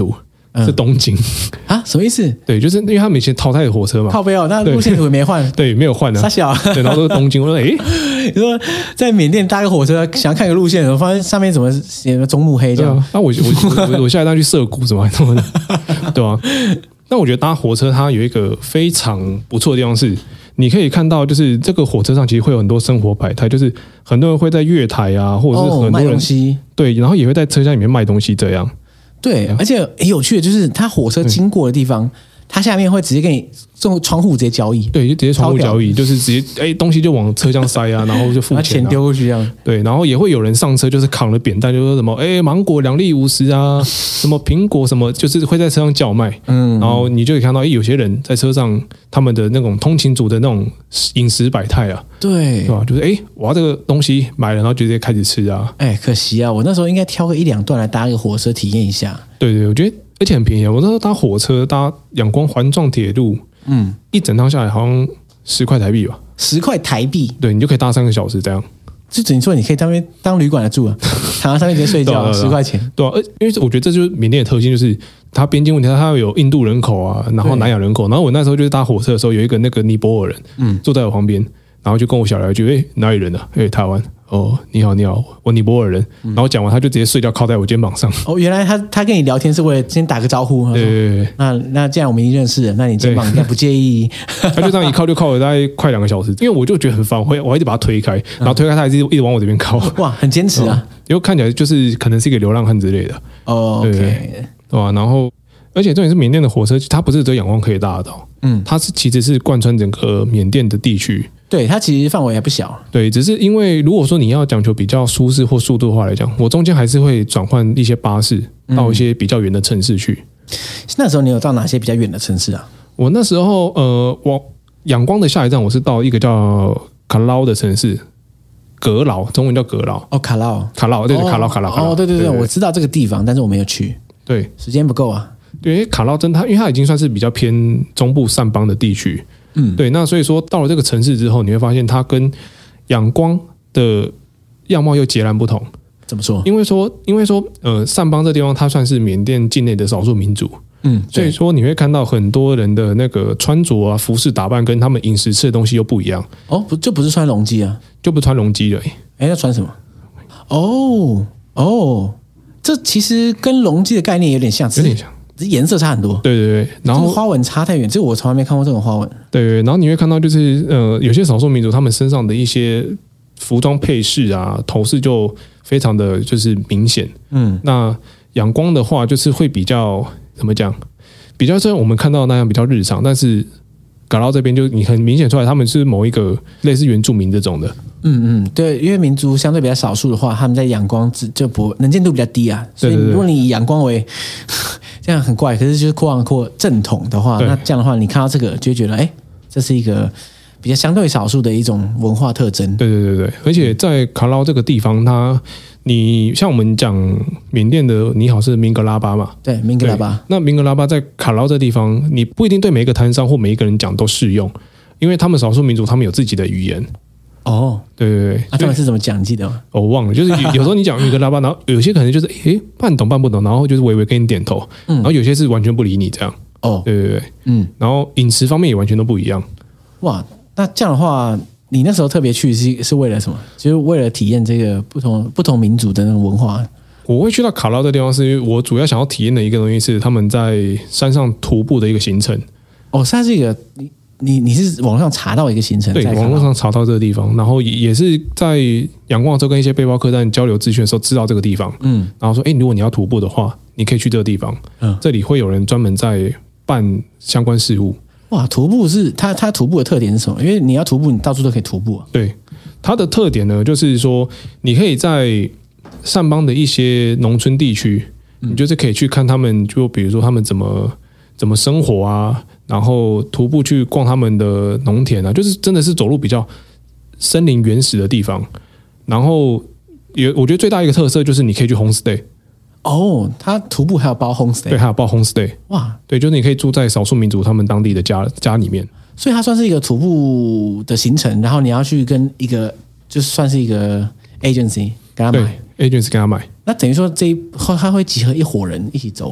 是东京啊？什么意思？ 对，就是因为他们以前淘汰的火车嘛， 靠北哦，那路线图也没换， 对，没有换啊， 傻小， 对，然后都是东京。我说，哎， 你说在缅甸搭个火车，想要看个路线，我发现上面怎么写个中目黑这样？ 那、啊、我我我我下一站去涩谷什么什么的，对啊。那我觉得搭火车它有一个非常不错的地方是，你可以看到，就是这个火车上其实会有很多生活百态，就是很多人会在月台啊，或者是很多人、哦、 卖东西， 对，然后也会在车厢里面卖东西这样。 对，而且很有趣的就是，它火车经过的地方，它下面会直接给你用窗户直接交易， 对，就直接窗户交易，就是直接哎东西就往车厢塞啊，然后就付钱、啊， 钱丢过去这样。 对，然后也会有人上车，就是扛了扁担，就说什么哎芒果两粒五十啊，什么苹果什么，就是会在车上叫卖。嗯，然后你就可以看到，哎，有些人在车上，他们的那种通勤族的那种饮食百态啊， 对， 是吧？就是哎，我要这个东西买了，然后就直接开始吃啊。 哎，可惜啊，我那时候应该挑个一两段来搭一个火车体验一下。 对对，我觉得而且很便宜啊，我那时候搭火车搭仰光环状铁路。嗯，一整趟下来好像十块台币吧， 十块台币， 对你就可以搭三个小时这样。 就等于说你可以当当旅馆来住啊，躺在上面直接睡觉，十块钱。 对啊，因为我觉得这就是缅甸的特性，就是它边境问题，它有印度人口啊，然后南亚人口，然后我那时候就是搭火车的时候，有一个那个尼泊尔人，嗯，坐在我旁边，然后就跟我小聊一句，哎，哪里人啊？哎，台湾。哦，你好，你好，我尼泊尔人。然后讲完，他就直接睡觉，靠在我肩膀上。 哦，原来他他跟你聊天是为了先打个招呼。 对对对。 那那这样我们已经认识了，那你肩膀应该不介意。 他就这样一靠就靠了大概快两个小时，因为我就觉得很烦，我会我一直把他推开，然后推开他一直一直往我这边靠。 哇，很坚持啊！ 因为看起来就是可能是一个流浪汉之类的。 哦 ，OK， 对吧？然后，而且重点是缅甸的火车，它不是只有仰光可以搭得到，嗯，它是其实是贯穿整个缅甸的地区。 对，它其实范围还不小。 对，只是因为如果说你要讲求比较舒适或速度的话来讲，我中间还是会转换一些巴士到一些比较远的城市去。 嗯、那时候你有到哪些比较远的城市啊？ 我那时候呃，我仰光的下一站我是到一个叫卡劳的城市，格劳，中文叫格劳。 哦，卡劳， 卡劳，对对，卡劳卡劳。 哦，对对 对, 對，我知道这个地方，但是我没有去。 对， 时间不够啊。 对，因为卡劳真它，因为它已经算是比较偏中部散邦的地区。嗯，对，那所以说到了这个城市之后，你会发现它跟仰光的样貌又截然不同。 怎么说？ 因为说，因为说，呃，散邦这地方它算是缅甸境内的少数民族，嗯，所以说你会看到很多人的那个穿着啊、服饰打扮跟他们饮食吃的东西又不一样。 哦，不，就不是穿龙基啊， 就不穿龙基了。 哎，那穿什么？哦哦，这其实跟龙基的概念有点像， 有点像。 颜色差很多， 对对对，然后花纹差太远，这个我从来没看过这种花纹。 对对，然后你会看到就是呃，有些少数民族他们身上的一些服装配饰啊、头饰就非常的就是明显。嗯，那仰光的话就是会比较怎么讲，比较像我们看到那样比较日常，但是嘎劳这边就你很明显出来他们是某一个类似原住民这种的。 嗯嗯，对，因为民族相对比较少数的话，他们在仰光就不能见度比较低啊，所以如果你以仰光为这样很怪，可是就是扩昂扩正统的话，那这样的话，你看到这个就会觉得，哎，这是一个比较相对少数的一种文化特征。 对对对对，而且在卡劳这个地方，它你像我们讲缅甸的你好是明格拉巴嘛， 对，明格拉巴。 那明格拉巴在卡劳这地方，你不一定对每一个摊商或每一个人讲都适用，因为他们少数民族他们有自己的语言。 哦， 对对对， 那、啊、他们是怎么讲？你记得吗？ 我、哦、忘了，就是有时候你讲明格拉巴，然后有些可能就是诶半懂半不懂，然后就是微微跟你点头，嗯，然后有些是完全不理你这样。哦，对对对，嗯，然后饮食方面也完全都不一样。 哇，那这样的话，你那时候特别去是是为了什么？就是为了体验这个不同不同民族的那种文化。 我会去到卡劳的地方，是因为我主要想要体验的一个东西是他们在山上徒步的一个行程。 哦，它是一个你你你是网上查到一个行程， 对，网络上查到这个地方，然后也是在仰光州跟一些背包客栈交流资讯的时候知道这个地方，嗯，然后说，哎，如果你要徒步的话，你可以去这个地方，嗯，这里会有人专门在办相关事务。 哇，徒步是它它徒步的特点是什么？因为你要徒步，你到处都可以徒步啊。 对，它的特点呢，就是说你可以在善邦的一些农村地区，你就是可以去看他们，就比如说他们怎么怎么生活啊，然后徒步去逛他们的农田啊，就是真的是走路比较森林原始的地方。然后也我觉得最大一个特色就是你可以去 homestay。 哦，他徒步还有包 homestay， 对，还有包 homestay。 哇， 对，就是你可以住在少数民族他们当地的家家里面。 所以它算是一个徒步的行程，然后你要去跟一个就算是一个 agency 跟他买 ，agency 跟他买。 那等于说这一他会集合一伙人一起走。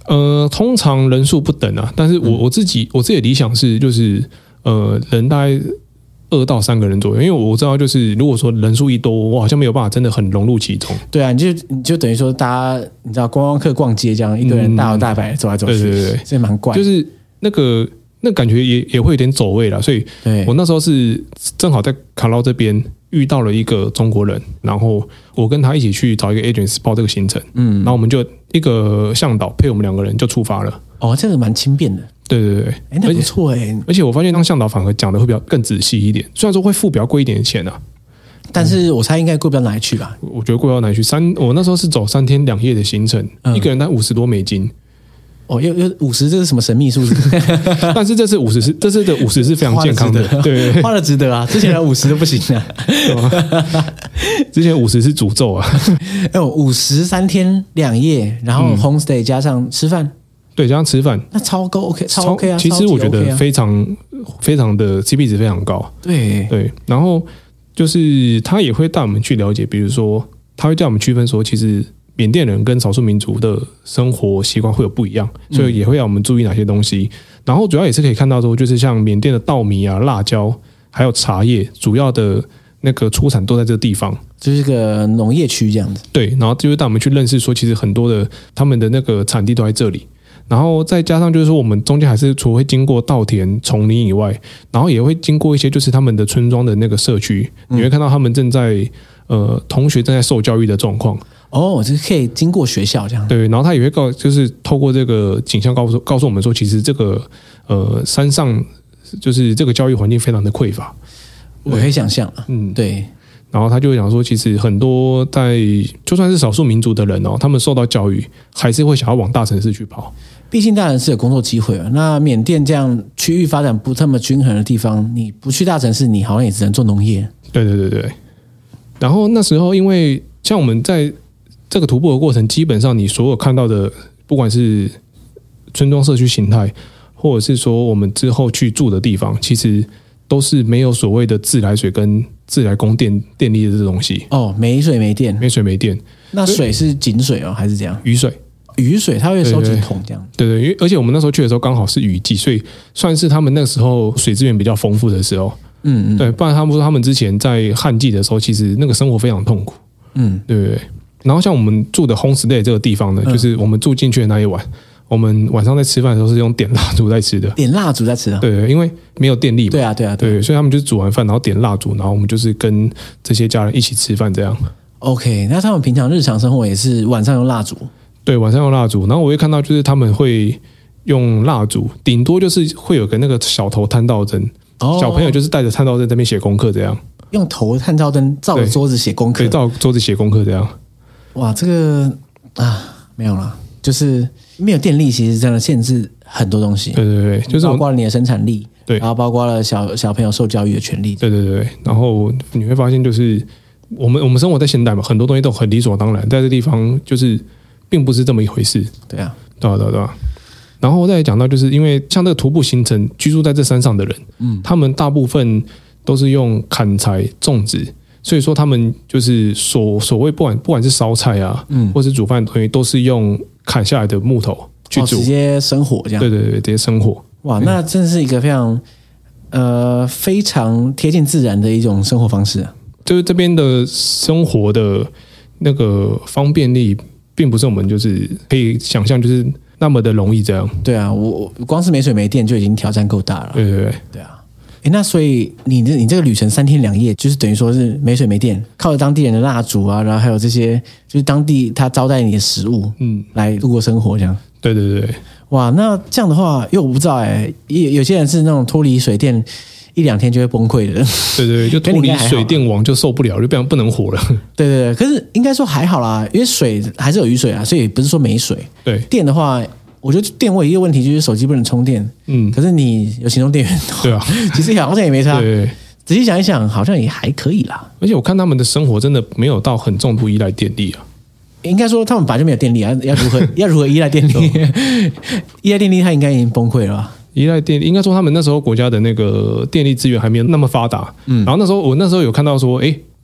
呃，通常人数不等啊，但是我、嗯、我自己我自己的理想是就是呃人大概二到三个人左右，因为我知道就是如果说人数一多，我好像没有办法真的很融入其中。 对啊，你就你就等于说大家你知道观光客逛街这样一堆人大摇大摆走来走去， 对对对， 这蛮怪的， 就是那个那感觉也也会有点走位啦，所以我那时候是正好在卡劳这边遇到了一个中国人，然后我跟他一起去找一个 agent 报这个行程，嗯，然后我们就一个向导配我们两个人就出发了。 哦，这个蛮轻便的。 对对对， 哎，那不错哎、欸。 而且我发现当向导反而讲的会比较更仔细一点，虽然说会付比较贵一点的钱啊， 但是我猜应该贵不到哪里去吧？ 我觉得贵不到哪里去。三，我那时候是走三天两夜的行程，嗯、一个人才五十多美金。 哦，又又五十，这是什么神秘数字？ 但是这次五十是这次的五十是非常健康的，对， 花了值得啊！之前的五十都不行啊， 之前五十是诅咒啊！ 哎，五十三天两夜，然后 homestay 加上吃饭， 对，加上吃饭， 那超够 OK， 超 OK 啊！ 其实我觉得非常非常的 C P 值非常高， 对对。然后就是他也会带我们去了解，比如说他会叫我们区分说，其实。缅甸人跟少数民族的生活习惯会有不一样，所以也会让我们注意哪些东西。然后主要也是可以看到说，就是像缅甸的稻米啊、辣椒，还有茶叶，主要的那个出产都在这个地方， 就是个农业区这样子。 对，然后就会带我们去认识说，其实很多的他们的那个产地都在这里。然后再加上就是说，我们中间还是除了会经过稻田、丛林以外，然后也会经过一些就是他们的村庄的那个社区，你会看到他们正在呃同学正在受教育的状况。 哦，就是可以经过学校这样。 对，然后他也会告，就是透过这个景象告诉告诉我们说，其实这个呃山上就是这个教育环境非常的匮乏。 我可以想象啊，嗯，对。 然后他就会讲说，其实很多在就算是少数民族的人哦，他们受到教育，还是会想要往大城市去跑。 毕竟大城市有工作机会啊。那缅甸这样区域发展不这么均衡的地方，你不去大城市，你好像也只能做农业。 对对对对。然后那时候，因为像我们在这个徒步的过程，基本上你所有看到的，不管是村庄社区形态，或者是说我们之后去住的地方，其实都是没有所谓的自来水跟自来供电电力的这东西。 哦，没水没电， 没水没电。 那水是井水哦，还是这样？ 雨水， 雨水它会收集桶这样。 对 对, 对, 对，因为而且我们那时候去的时候刚好是雨季，所以算是他们那时候水资源比较丰富的时候。嗯嗯，对，不然他们说他们之前在旱季的时候，其实那个生活非常痛苦。嗯，对对对。然后像我们住的 homestay 这个地方呢，嗯、就是我们住进去的那一晚，我们晚上在吃饭的时候是用点蜡烛在吃的。 点蜡烛在吃的。 对对，因为没有电力嘛。 对啊对啊对, 对，所以他们就是煮完饭，然后点蜡烛，然后我们就是跟这些家人一起吃饭这样。 OK， 那他们平常日常生活也是晚上用蜡烛。 对，晚上用蜡烛，然后我会看到就是他们会用蜡烛，顶多就是会有个那个小头探照灯，哦、小朋友就是带着探照灯在那边写功课这样。 用头探照灯照着桌子写功课， 对，照桌子写功课这样。 哇，这个啊没有啦，就是没有电力，其实真的限制很多东西。 对对对，就是包括了你的生产力， 对， 然后包括了小小朋友受教育的权利。 对对对，然后你会发现，就是我们我们生活在现代嘛，很多东西都很理所当然，在这地方就是并不是这么一回事。 对啊， 对啊对啊对啊。然后再讲到，就是因为像这个徒步行程，居住在这山上的人，嗯，他们大部分都是用砍柴种植。所以说，他们就是所所谓不管不管是烧菜啊，嗯，或是煮饭的东西，都是用砍下来的木头去煮， 哦、直接生火这样。 对对对，直接生火。 哇，那真是一个非常呃非常贴近自然的一种生活方式啊。 就是这边的生活的那个方便力，并不是我们就是可以想象就是那么的容易这样。 对啊，我光是没水没电就已经挑战够大了。 对对对， 对啊。诶，那所以你这你这个旅程三天两夜，就是等于说是没水没电，靠着当地人的蜡烛啊，然后还有这些就是当地他招待你的食物，嗯，来度过生活这样。 对对对， 哇，那这样的话，因为我不知道哎，有有些人是那种脱离水电一两天就会崩溃的。 对对，就脱离水电网就受不了，就变成不能活了。 对对对，可是应该说还好啦，因为水还是有雨水啊，所以不是说没水。 对， 电的话。我觉得电唯一的问题就是手机不能充电，嗯，可是你有行动电源， 对啊， 其实好像也没差。 对， 仔细想一想，好像也还可以啦。 而且我看他们的生活真的没有到很重度依赖电力啊。 应该说他们本来就没有电力啊，要如何要如何依赖电力？依赖电力，他应该已经崩溃了吧？ 依赖电力，应该说他们那时候国家的那个电力资源还没有那么发达。嗯，然后那时候我那时候有看到说，哎，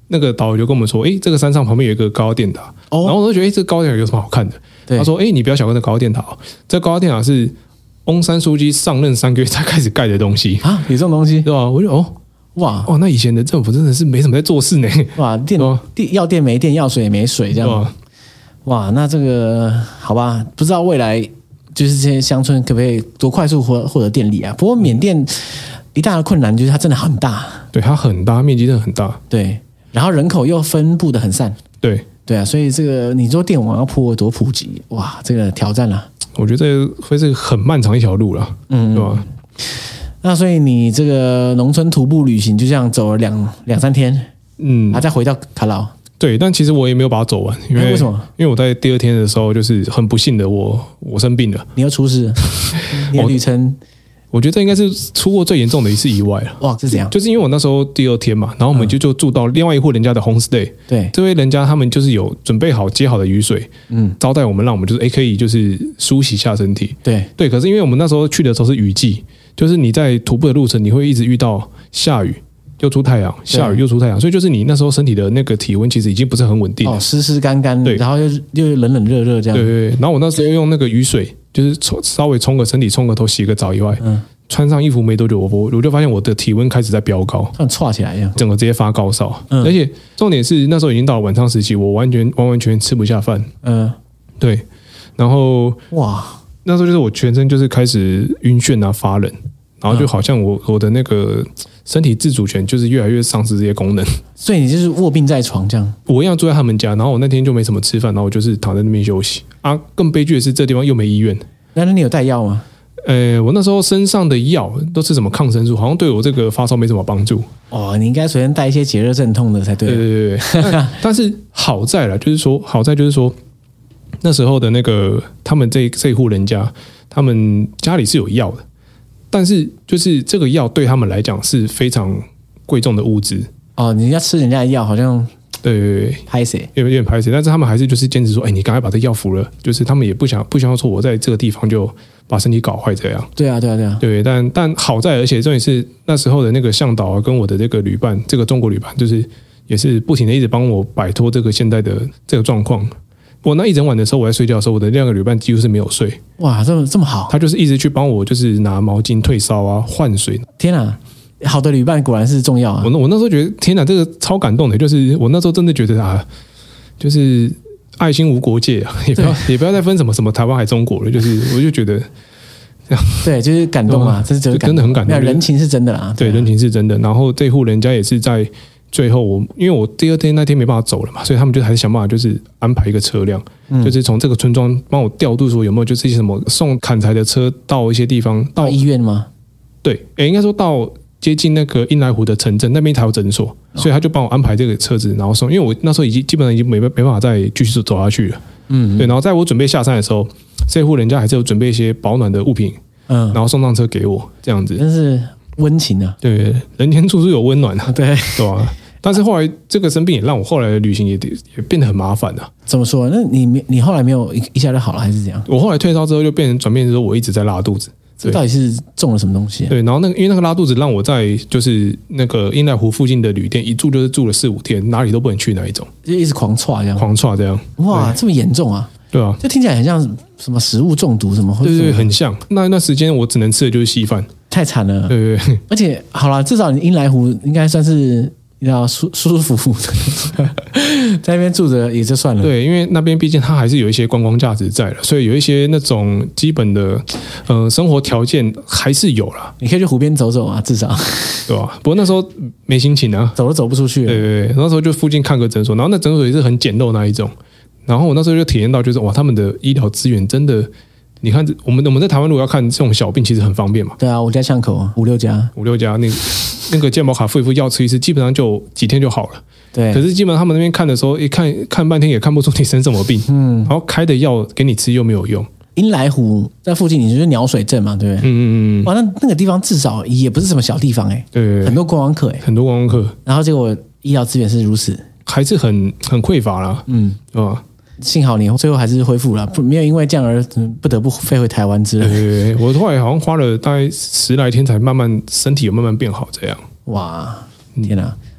那个导游就跟我们说，哎，这个山上旁边有一个高压电塔，哦、然后我就觉得，哎，这个高压电塔有什么好看的？他说，哎，你不要小看这高压电塔，这高压电塔是翁山书记上任三个月才开始盖的东西啊，有这种东西， 对吧？我就哦。哇哦，那以前的政府真的是没什么在做事呢。 哇，电电要电没电，要水没水，这样。哇，哇，那这个好吧，不知道未来就是这些乡村可不可以多快速获获得电力啊？不过缅甸一大的困难就是它真的很大， 对，它很大，面积真的很大， 对，然后人口又分布的很散， 对， 对啊，所以这个你说电网要破多普及，哇，这个挑战啦， 我觉得这会是很漫长一条路啦，嗯，对吧？ 那所以你这个农村徒步旅行就这样走了两两三天，嗯，啊，再回到卡劳。 对，但其实我也没有把它走完，因为、 欸、为什么？ 因为我在第二天的时候，就是很不幸的我我生病了， 你要出事了，你的旅程。 我觉得这应该是出过最严重的一次意外了。 哇，是怎样？ 就是因为我那时候第二天嘛，然后我们就就住到另外一户人家的 homestay。 对， 这位人家他们就是有准备好接好的雨水，嗯，招待我们，让我们就是哎可以就是梳洗一下身体。 对对，可是因为我们那时候去的时候是雨季，就是你在徒步的路程，你会一直遇到下雨。又出太阳，下雨又出太阳，所以就是你那时候身体的那个体温其实已经不是很稳定了， 哦，湿湿干干， 对， 然后又又冷冷热热这样， 对对对。然后我那时候用那个雨水，就是冲稍微冲个身体，冲个头，洗个澡以外，嗯，穿上衣服没多久，我我就发现我的体温开始在飙高， 像唰起来一样， 整个直接发高烧，嗯，而且重点是那时候已经到了晚上时期，我完全完完全全吃不下饭，嗯，对，然后哇，那时候就是我全身就是开始晕眩啊，发冷。然后就好像我我的那个身体自主权就是越来越丧失这些功能， 所以你就是卧病在床这样。 我一样住在他们家，然后我那天就没什么吃饭，然后我就是躺在那边休息啊。更悲剧的是，这地方又没医院。 那你有带药吗？ 呃，我那时候身上的药都是什么抗生素，好像对我这个发烧没什么帮助。 哦，你应该首先带一些解热镇痛的才对。 对对对对。但, 但是好在啦，就是说好在就是说那时候的那个他们这这一户人家，他们家里是有药的。但是，就是这个药对他们来讲是非常贵重的物资哦。你要吃人家的药，好像对对对， 拍谁有点拍谁，但是他们还是就是坚持说，哎，你赶快把这药服了。就是他们也不想不想要说我在这个地方就把身体搞坏这样。 对啊，对啊，对啊。 对，但但好在，而且重点是那时候的那个向导啊，跟我的这个旅伴，这个中国旅伴，就是也是不停的一直帮我摆脱这个现在的这个状况。我那一整晚的时候，我在睡觉的时候，我的那个旅伴几乎是没有睡。 哇，这么这么好！ 他就是一直去帮我，就是拿毛巾退烧啊、换水。 天啊，好的旅伴果然是重要啊！ 我我那时候觉得，天哪，这个超感动的。就是我那时候真的觉得啊，就是爱心无国界啊，也不要也不要再分什么什么台湾还中国了。就是我就觉得这样， 对，就是感动啊，这是真的真的很感动。 人情是真的啦， 对，人情是真的。然后这户人家也是在。最后我因为我第二天那天没办法走了嘛，所以他们就还是想办法就是安排一个车辆，嗯、就是从这个村庄帮我调度说有没有就是一些什么送砍柴的车到一些地方， 到医院吗？ 对，诶，应该说到接近那个阴来湖的城镇那边才有诊所，哦、所以他就帮我安排这个车子，然后送。因为我那时候已经基本上已经没没办法再继续走下去了，嗯，对。然后在我准备下山的时候，这户人家还是有准备一些保暖的物品，嗯，然后送上车给我，这样子， 真是温情啊！ 对，人间处处有温暖啊， 对， 对吧？但是后来这个生病也让我后来的旅行也也变得很麻烦啊。 怎么说？那你你后来没有一下就好了，还是怎样？ 我后来退烧之后就变成转变之后，我一直在拉肚子。 这到底是中了什么东西啊？ 对，然后那个因为那个拉肚子让我在就是那个阴来湖附近的旅店一住就是住了四五天，哪里都不能去那一种， 就一直狂唰这样， 狂唰这样。 哇，这么严重啊？ 对啊， 这听起来很像什么食物中毒什么？ 对对，很像。那那时间我只能吃的就是稀饭， 太惨了。 对对对， 而且好了，至少你阴来湖应该算是。要舒舒舒服服的在那边住着也就算了。 对，因为那边毕竟它还是有一些观光价值在了，所以有一些那种基本的呃生活条件还是有啦。 你可以去湖边走走啊，至少对吧？不过那时候没心情啊， 走都走不出去。 对对对，那时候就附近看个诊所，然后那诊所也是很简陋那一种。然后我那时候就体验到，就是哇，他们的医疗资源真的。你看，我们我们在台湾如果要看这种小病，其实很方便嘛。 对啊，五家巷口五六家， 五六家，那个那个健保卡付一付，药吃一次，基本上就几天就好了。 对。 可是基本上他们那边看的时候，一看看半天也看不出你生什么病，嗯，然后开的药给你吃又没有用。 阴来湖在附近，你就是鸟水镇嘛，对不对？嗯嗯嗯。哇，那那个地方至少也不是什么小地方哎、欸， 对， 很多观光客哎、欸， 很多观光客。 然后结果医疗资源是如此， 还是很很匮乏啦，嗯，对吧？ 幸好你最后还是恢复了，不没有因为这样而不得不飞回台湾之类的。 对，我后来好像花了大概十来天才慢慢身体有慢慢变好这样。 哇，天哪！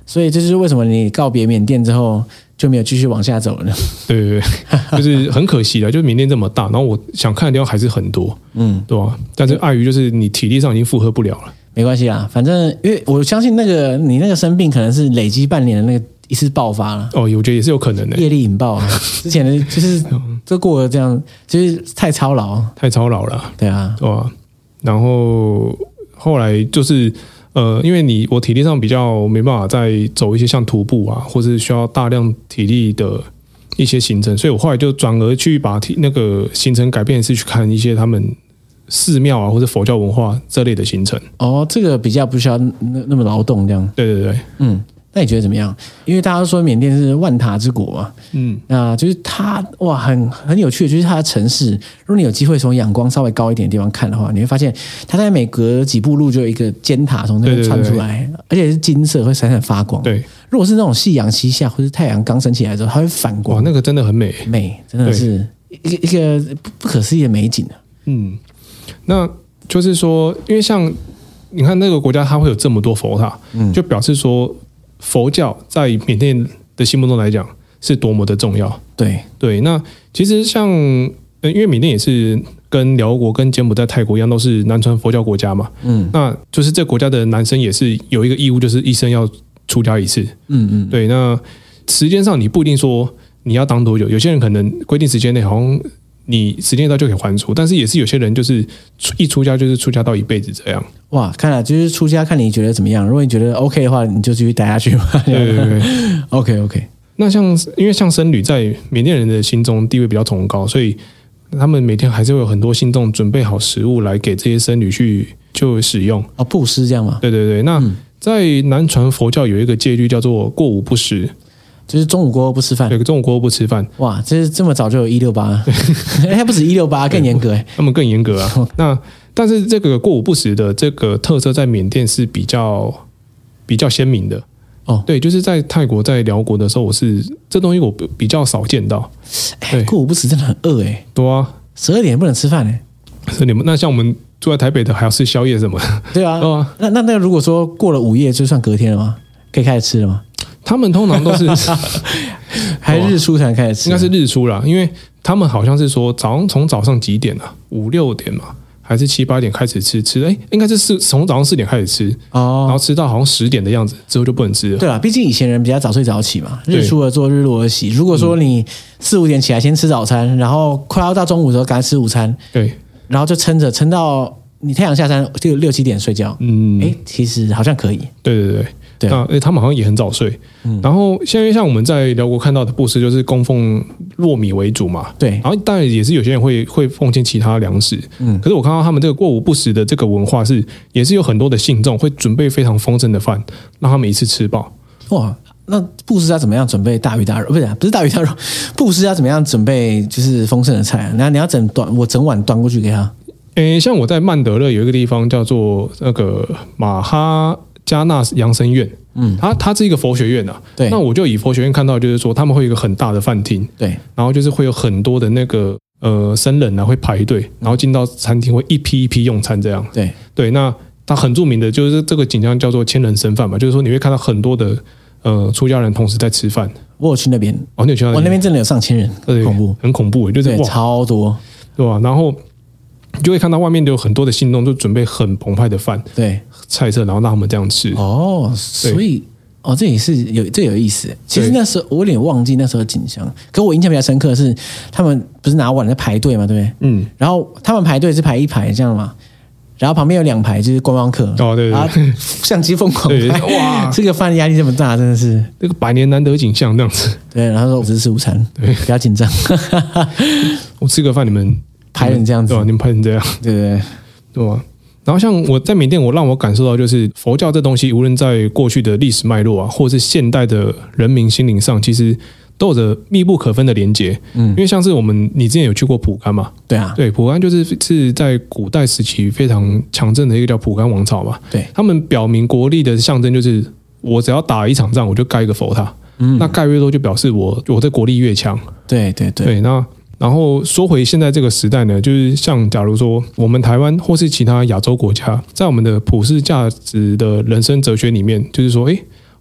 所以这就是为什么你告别缅甸之后就没有继续往下走了呢？ 对对对，就是很可惜了，就是缅甸这么大，然后我想看的地方还是很多，嗯，对吧？但是碍于就是你体力上已经负荷不了了。 没关系啦，反正因为我相信那个你那个生病可能是累积半年的那个一次爆发了。 哦，我觉得也是有可能的， 业力引爆啊！之前的就是这过了这样，就是太操劳， 太操劳了。 对啊， 对吧？然后后来就是呃，因为你我体力上比较没办法再走一些像徒步啊，或是需要大量体力的一些行程，所以我后来就转而去把体那个行程改变，是去看一些他们寺庙啊，或者佛教文化这类的行程。 哦，这个比较不需要那那么劳动这样。 对对对， 嗯。那你觉得怎么样？因为大家都说缅甸是万塔之国嘛，嗯，那就是它哇，很很有趣的，就是它的城市。如果你有机会从仰光稍微高一点的地方看的话，你会发现它在每隔几步路就有一个尖塔从那边穿出来，对对对，而且是金色，会闪闪发光。对，如果是那种夕阳西下，或是太阳刚升起来的时候，它会反光。 哇，那个真的很美， 美真的是一个一个不可思议的美景啊。 嗯，那就是说，因为像你看那个国家，它会有这么多佛塔，嗯，就表示说。佛教在缅甸的心目中来讲是多么的重要。 对对，那其实像因为缅甸也是跟辽国、跟柬埔寨、泰国一样，都是南传佛教国家嘛。嗯，那就是这国家的男生也是有一个义务，就是一生要出家一次。嗯嗯，对。那时间上你不一定说你要当多久，有些人可能规定时间内好像。你时间到就可以还俗，但是也是有些人就是一出家就是出家到一辈子这样。 哇，看来就是出家看你觉得怎么样，如果你觉得 OK 的话，你就继续待下去嘛。 对对对 ，OK OK。 那像因为像僧侣在缅甸人的心中地位比较崇高，所以他们每天还是会有很多信众准备好食物来给这些僧侣去就使用。 哦，布施这样吗？ 对对对。那、嗯、在南传佛教有一个戒律叫做过午不食。 就是中午过后不吃饭， 对，中午过后不吃饭。 哇，这是这么早就有一六八，还不止一六八，更严格哎， 他们更严格啊。那但是这个过午不食的这个特色在缅甸是比较比较鲜明的哦。对，就是在泰国、在辽国的时候，我是这东西我比较少见到。 哎，过午不食真的很饿哎。 对啊， 十二点不能吃饭哎。 十二点，那像我们住在台北的还要吃宵夜什么的。 对啊，哦、那那那如果说过了午夜，就算隔天了吗？可以开始吃了吗？ 他们通常都是还日出才开始吃， 应该是日出啦，因为他们好像是说早上从早上几点啊，五六点嘛，还是七八点开始吃吃，哎，应该是四从早上四点开始吃哦，然后吃到好像十点的样子，之后就不能吃了。 对啦，毕竟以前人比较早睡早起嘛，日出而作，日落而息。如果说你四五点起来先吃早餐，然后快要到中午的时候赶快吃午餐，对，然后就撑着撑到你太阳下山就六七点睡觉，嗯，哎，其实好像可以。 对对对。对啊，他们好像也很早睡。嗯、然后现在像我们在辽国看到的布施，就是供奉糯米为主嘛。对，然后当然也是有些人会会奉献其他粮食。嗯，可是我看到他们这个过午不食的这个文化是，也是有很多的信众会准备非常丰盛的饭，让他们一次吃饱。 哇，那布施要怎么样准备大鱼大肉？不是、啊，不是大鱼大肉，布施要怎么样准备就是丰盛的菜、啊？然后你要整端，我整碗端过去给他。 诶，像我在曼德勒有一个地方叫做那个马哈加纳扬生院，嗯，它它是一个佛学院啊，对，那我就以佛学院看到，就是说他们会有一个很大的饭厅，对，然后就是会有很多的那个呃僧人啊会排队，然后进到餐厅会一批一批用餐这样，对对，那它很著名的就是这个景象叫做千人僧饭嘛，就是说你会看到很多的呃出家人同时在吃饭。 我有去那边， 哦，你有去那边？ 我那边真的有上千人，很恐怖， 很恐怖，就是哇超多， 对吧？然后你就会看到外面就有很多的信众，就准备很澎湃的饭，对。菜色，然后让他们这样吃哦，所以哦，这也是有这有意思。其实那时候我有点忘记那时候的景象，可我印象比较深刻的是，他们不是拿碗在排队嘛，对不对？嗯，然后他们排队是排一排这样嘛，然后旁边有两排就是观光客哦，对对，然后相机疯狂拍，哇，这个饭压力这么大，真的是这个百年难得景象这样子。 对，然后说我只是吃午餐，对，不要紧张， 我吃个饭，你们拍成这样子， 对吧？你们拍成这样， 对对对， 对吧？然后像我在缅甸，我让我感受到就是佛教这东西，无论在过去的历史脉络啊，或是现代的人民心灵上，其实都有着密不可分的连结。嗯，因为像是我们，你之前有去过蒲甘嘛？对啊，对，蒲甘就是是在古代时期非常强盛的一个叫蒲甘王朝嘛。对，他们表明国力的象征就是我只要打一场仗，我就盖一个佛塔。嗯，那盖越多，就表示我我的国力越强。对对对，对，那。然后说回现在这个时代呢，就是像假如说我们台湾或是其他亚洲国家，在我们的普世价值的人生哲学里面，就是说，哎，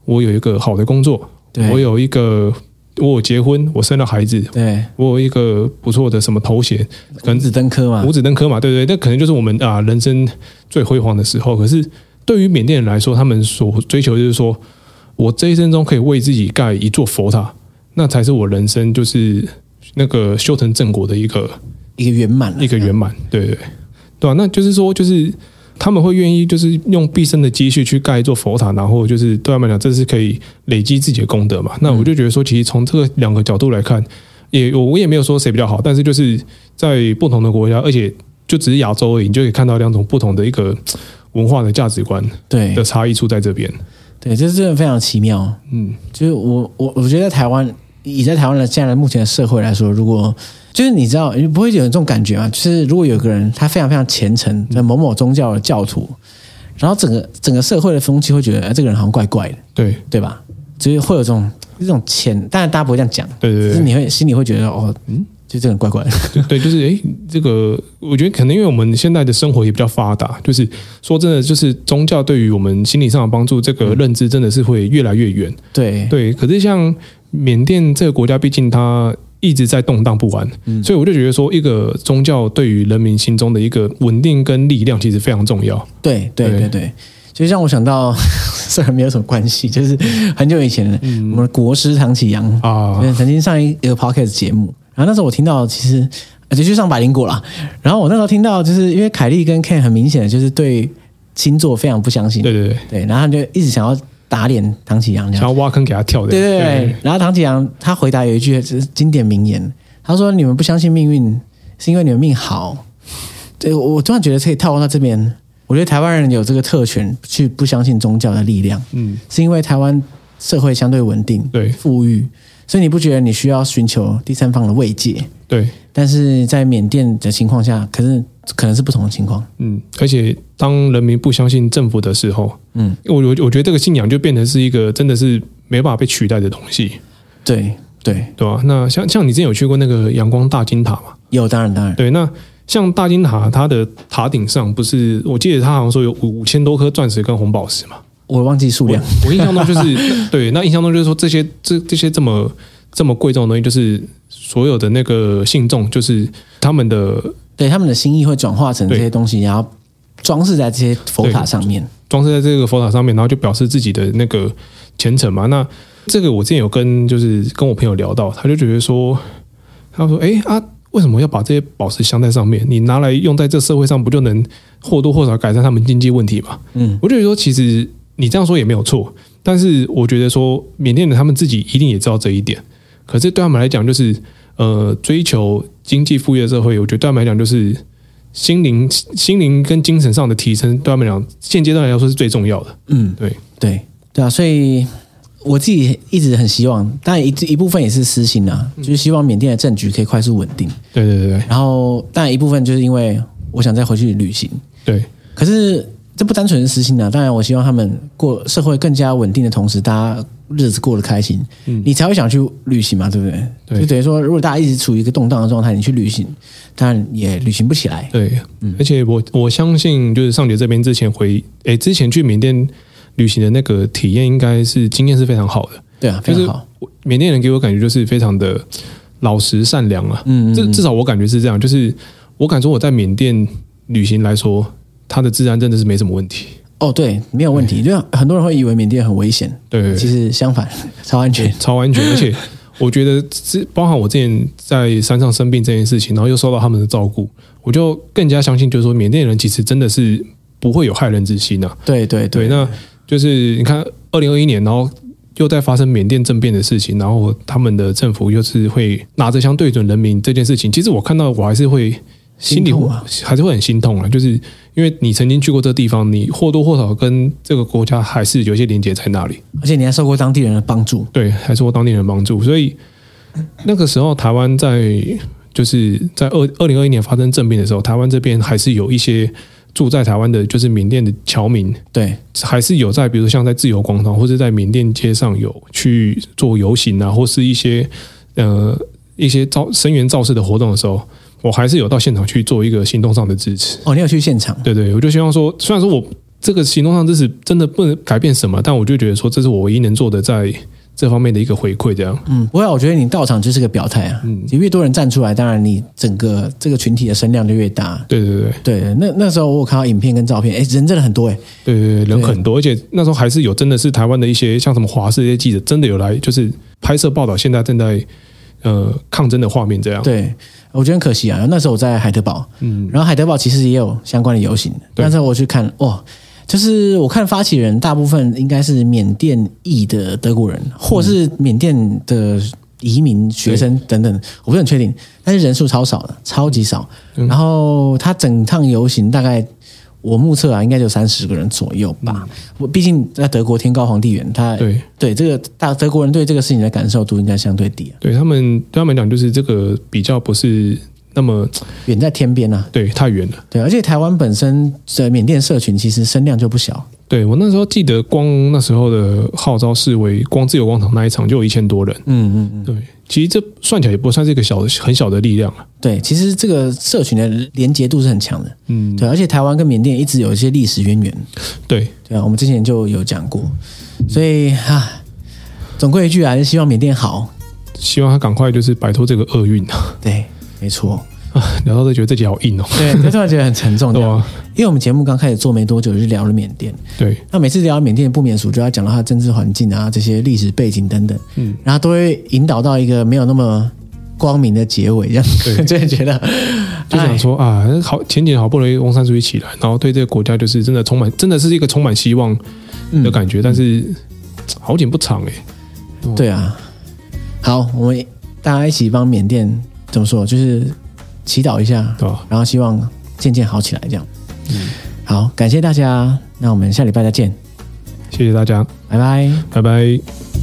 我有一个好的工作，我有一个我有结婚，我生了孩子， 对， 我有一个不错的什么头衔， 五子登科嘛， 五子登科嘛，对对，那可能就是我们啊人生最辉煌的时候。可是对于缅甸人来说，他们所追求就是说，我这一生中可以为自己盖一座佛塔，那才是我人生就是那个修成正果的一个一个圆满， 一个圆满，对对对，对吧、啊？那就是说，就是他们会愿意就是用毕生的积蓄去盖一座佛塔，然后就是对他们来讲，这是可以累积自己的功德嘛。那我就觉得说，其实从这个两个角度来看，也我也没有说谁比较好，但是就是在不同的国家，而且就只是亚洲而已，你就可以看到两种不同的一个文化的价值观的差异处在这边。 对，这真的非常奇妙。嗯，就是我我我觉得在台湾，以在台湾的现在目前的社会来说，如果就是你知道，你不会有这种感觉吗？就是如果有个人他非常非常虔诚的某某宗教的教徒，然后整个整个社会的风气会觉得，哎，这个人好像怪怪的，对对吧？就是会有这种这种虔，当然大家不会这样讲，对对对，就是你会心里会觉得，哦，嗯。就这个怪怪的， 对对，就是哎，这个我觉得可能因为我们现在的生活也比较发达，就是说真的，就是宗教对于我们心理上的帮助，这个认知真的是会越来越远。 对对，可是像缅甸这个国家，毕竟它一直在动荡不安，嗯、所以我就觉得说，一个宗教对于人民心中的一个稳定跟力量，其实非常重要。 对对对对。就让我想到，虽然没有什么关系，就是很久以前，嗯、我们的国师唐启阳啊，曾经上一个 podcast 节目，然后那时候我听到，其实就去上百灵果啦。然后我那时候听到，就是因为凯莉跟 Ken 很明显的就是对星座非常不相信， 对对对， 对，然后他就一直想要打脸唐启阳， 想要挖坑给他跳的， 对对 对, 对。然后唐启阳他回答有一句就是经典名言，他说：“你们不相信命运，是因为你们命好。”对，我突然觉得可以套用到这边。我觉得台湾人有这个特权去不相信宗教的力量，嗯，是因为台湾社会相对稳定、 对富裕，所以你不觉得你需要寻求第三方的慰藉？ 对。 但是在缅甸的情况下，可是可能是不同的情况， 嗯。而且当人民不相信政府的时候，嗯，我我我觉得这个信仰就变成是一个真的是没办法被取代的东西。 对对对吧？那像像你之前有去过那个阳光大金塔吗？ 有，当然当然。 对，那。像大金塔，它的塔顶上不是，我记得它好像说有五千多颗钻石跟红宝石嘛， 我忘记数量。 我, 我印象中就是对，那印象中就是说这些这这些这么这么贵重的东西，就是所有的那个信众，就是他们的对他们的心意会转化成这些东西，然后装饰在这些佛塔上面， 装饰在这个佛塔上面，然后就表示自己的那个虔诚嘛。那这个我之前有跟就是跟我朋友聊到，他就觉得说，他说，哎啊。为什么要把这些宝石镶在上面？你拿来用在这社会上，不就能或多或少改善他们经济问题吗？嗯，我就觉得说，其实你这样说也没有错，但是我觉得说，缅甸人他们自己一定也知道这一点。可是对他们来讲，就是呃，追求经济富裕的社会，我觉得对他们来讲，就是心灵、心灵跟精神上的提升，对他们来讲，现阶段来说是最重要的。嗯，对对对啊，所以。我自己一直很希望，当然 一, 一部分也是私心啊，就是希望缅甸的政局可以快速稳定。 对对对对。 然后，当然一部分就是因为我想再回去旅行。 对。 可是这不单纯是私心啊，当然我希望他们过社会更加稳定的同时，大家日子过得开心，嗯、你才会想去旅行嘛，对不对？对。就等于说，如果大家一直处于一个动荡的状态，你去旅行，当然也旅行不起来。 对。嗯、而且我我相信，就是尚杰这边之前回，诶，之前去缅甸。旅行的那个体验应该是经验是非常好的， 对啊，非常好。 缅甸人给我感觉就是非常的老实善良啊，嗯, 嗯, 嗯，至至少我感觉是这样。就是我感觉我在缅甸旅行来说，它的治安真的是没什么问题。 哦，对，没有问题。就很多人会以为缅甸很危险， 对， 其实相反，超安全， 超安全。而且我觉得，包含我之前在山上生病这件事情，然后又受到他们的照顾，我就更加相信，就是说缅甸人其实真的是不会有害人之心啊。 对对 对, 对，那。就是你看，二零二一年，然后又在发生缅甸政变的事情，然后他们的政府又是会拿着枪对准人民这件事情，其实我看到我还是会心里还是会很心痛啊，就是因为你曾经去过这个地方，你或多或少跟这个国家还是有些连结在那里， 而且你还受过当地人的帮助， 对，还受过当地人的帮助，所以那个时候台湾在就是在二二零二一年发生政变的时候，台湾这边还是有一些。住在台湾的，就是缅甸的侨民， 对， 还是有在，比如说像在自由广场或者在缅甸街上有去做游行啊，或是一些呃一些造声援造势的活动的时候，我还是有到现场去做一个行动上的支持。 哦，你有去现场？ 对对，我就希望说，虽然说我这个行动上支持真的不能改变什么，但我就觉得说这是我唯一能做的在这方面的一个回馈，这样。 嗯，不会，我觉得你到场就是个表态啊。嗯，越多人站出来，当然你整个这个群体的声量就越大。 对对对对，那那时候我有看到影片跟照片，哎，人真的很多哎。 对对对，人很多，而且那时候还是有真的是台湾的一些像什么华视这些记者，真的有来就是拍摄报道，现在正在呃抗争的画面这样。 对，我觉得很可惜啊。那时候我在海德堡，嗯，然后海德堡其实也有相关的游行，但是我去看，哇。就是我看发起人大部分应该是缅甸裔的德国人，或是缅甸的移民学生等等，我不是很确定，但是人数超少的，超级少。然后他整趟游行大概我目测啊，应该就三十个人左右吧。我毕竟在德国天高皇帝远，他对对这个大德国人对这个事情的感受度应该相对低啊。 对他们对他们讲，就是这个比较不是那么远在天边啊， 对，太远了。 对，而且台湾本身的缅甸社群其实声量就不小。 对，我那时候记得，光那时候的号召示威，光自由广场那一场就有一千多人。嗯嗯嗯，对，其实这算起来也不算是一个小的很小的力量啊。 对，其实这个社群的连结度是很强的。嗯，对，而且台湾跟缅甸一直有一些历史渊源。 对， 对啊，我们之前就有讲过，所以啊，总归一句还是希望缅甸好， 希望他赶快就是摆脱这个厄运啊。 对。没错啊，聊到这觉得这集好硬哦。 对，就突然觉得很沉重。对啊，因为我们节目刚开始做没多久，就聊了缅甸。对，那每次聊缅甸不免俗，就要讲到它的政治环境啊，这些历史背景等等。嗯，然后都会引导到一个没有那么光明的结尾，这样就会觉得就想说啊，好前几年好不容易翁山书记起来，然后对这个国家就是真的充满，真的是一个充满希望的感觉，嗯、但是好景不长哎、欸。 对啊，好，我们大家一起帮缅甸。怎么说？就是祈祷一下，对吧？然后希望渐渐好起来，这样。嗯，好，感谢大家，那我们下礼拜再见。 谢谢大家， 拜拜， 拜拜。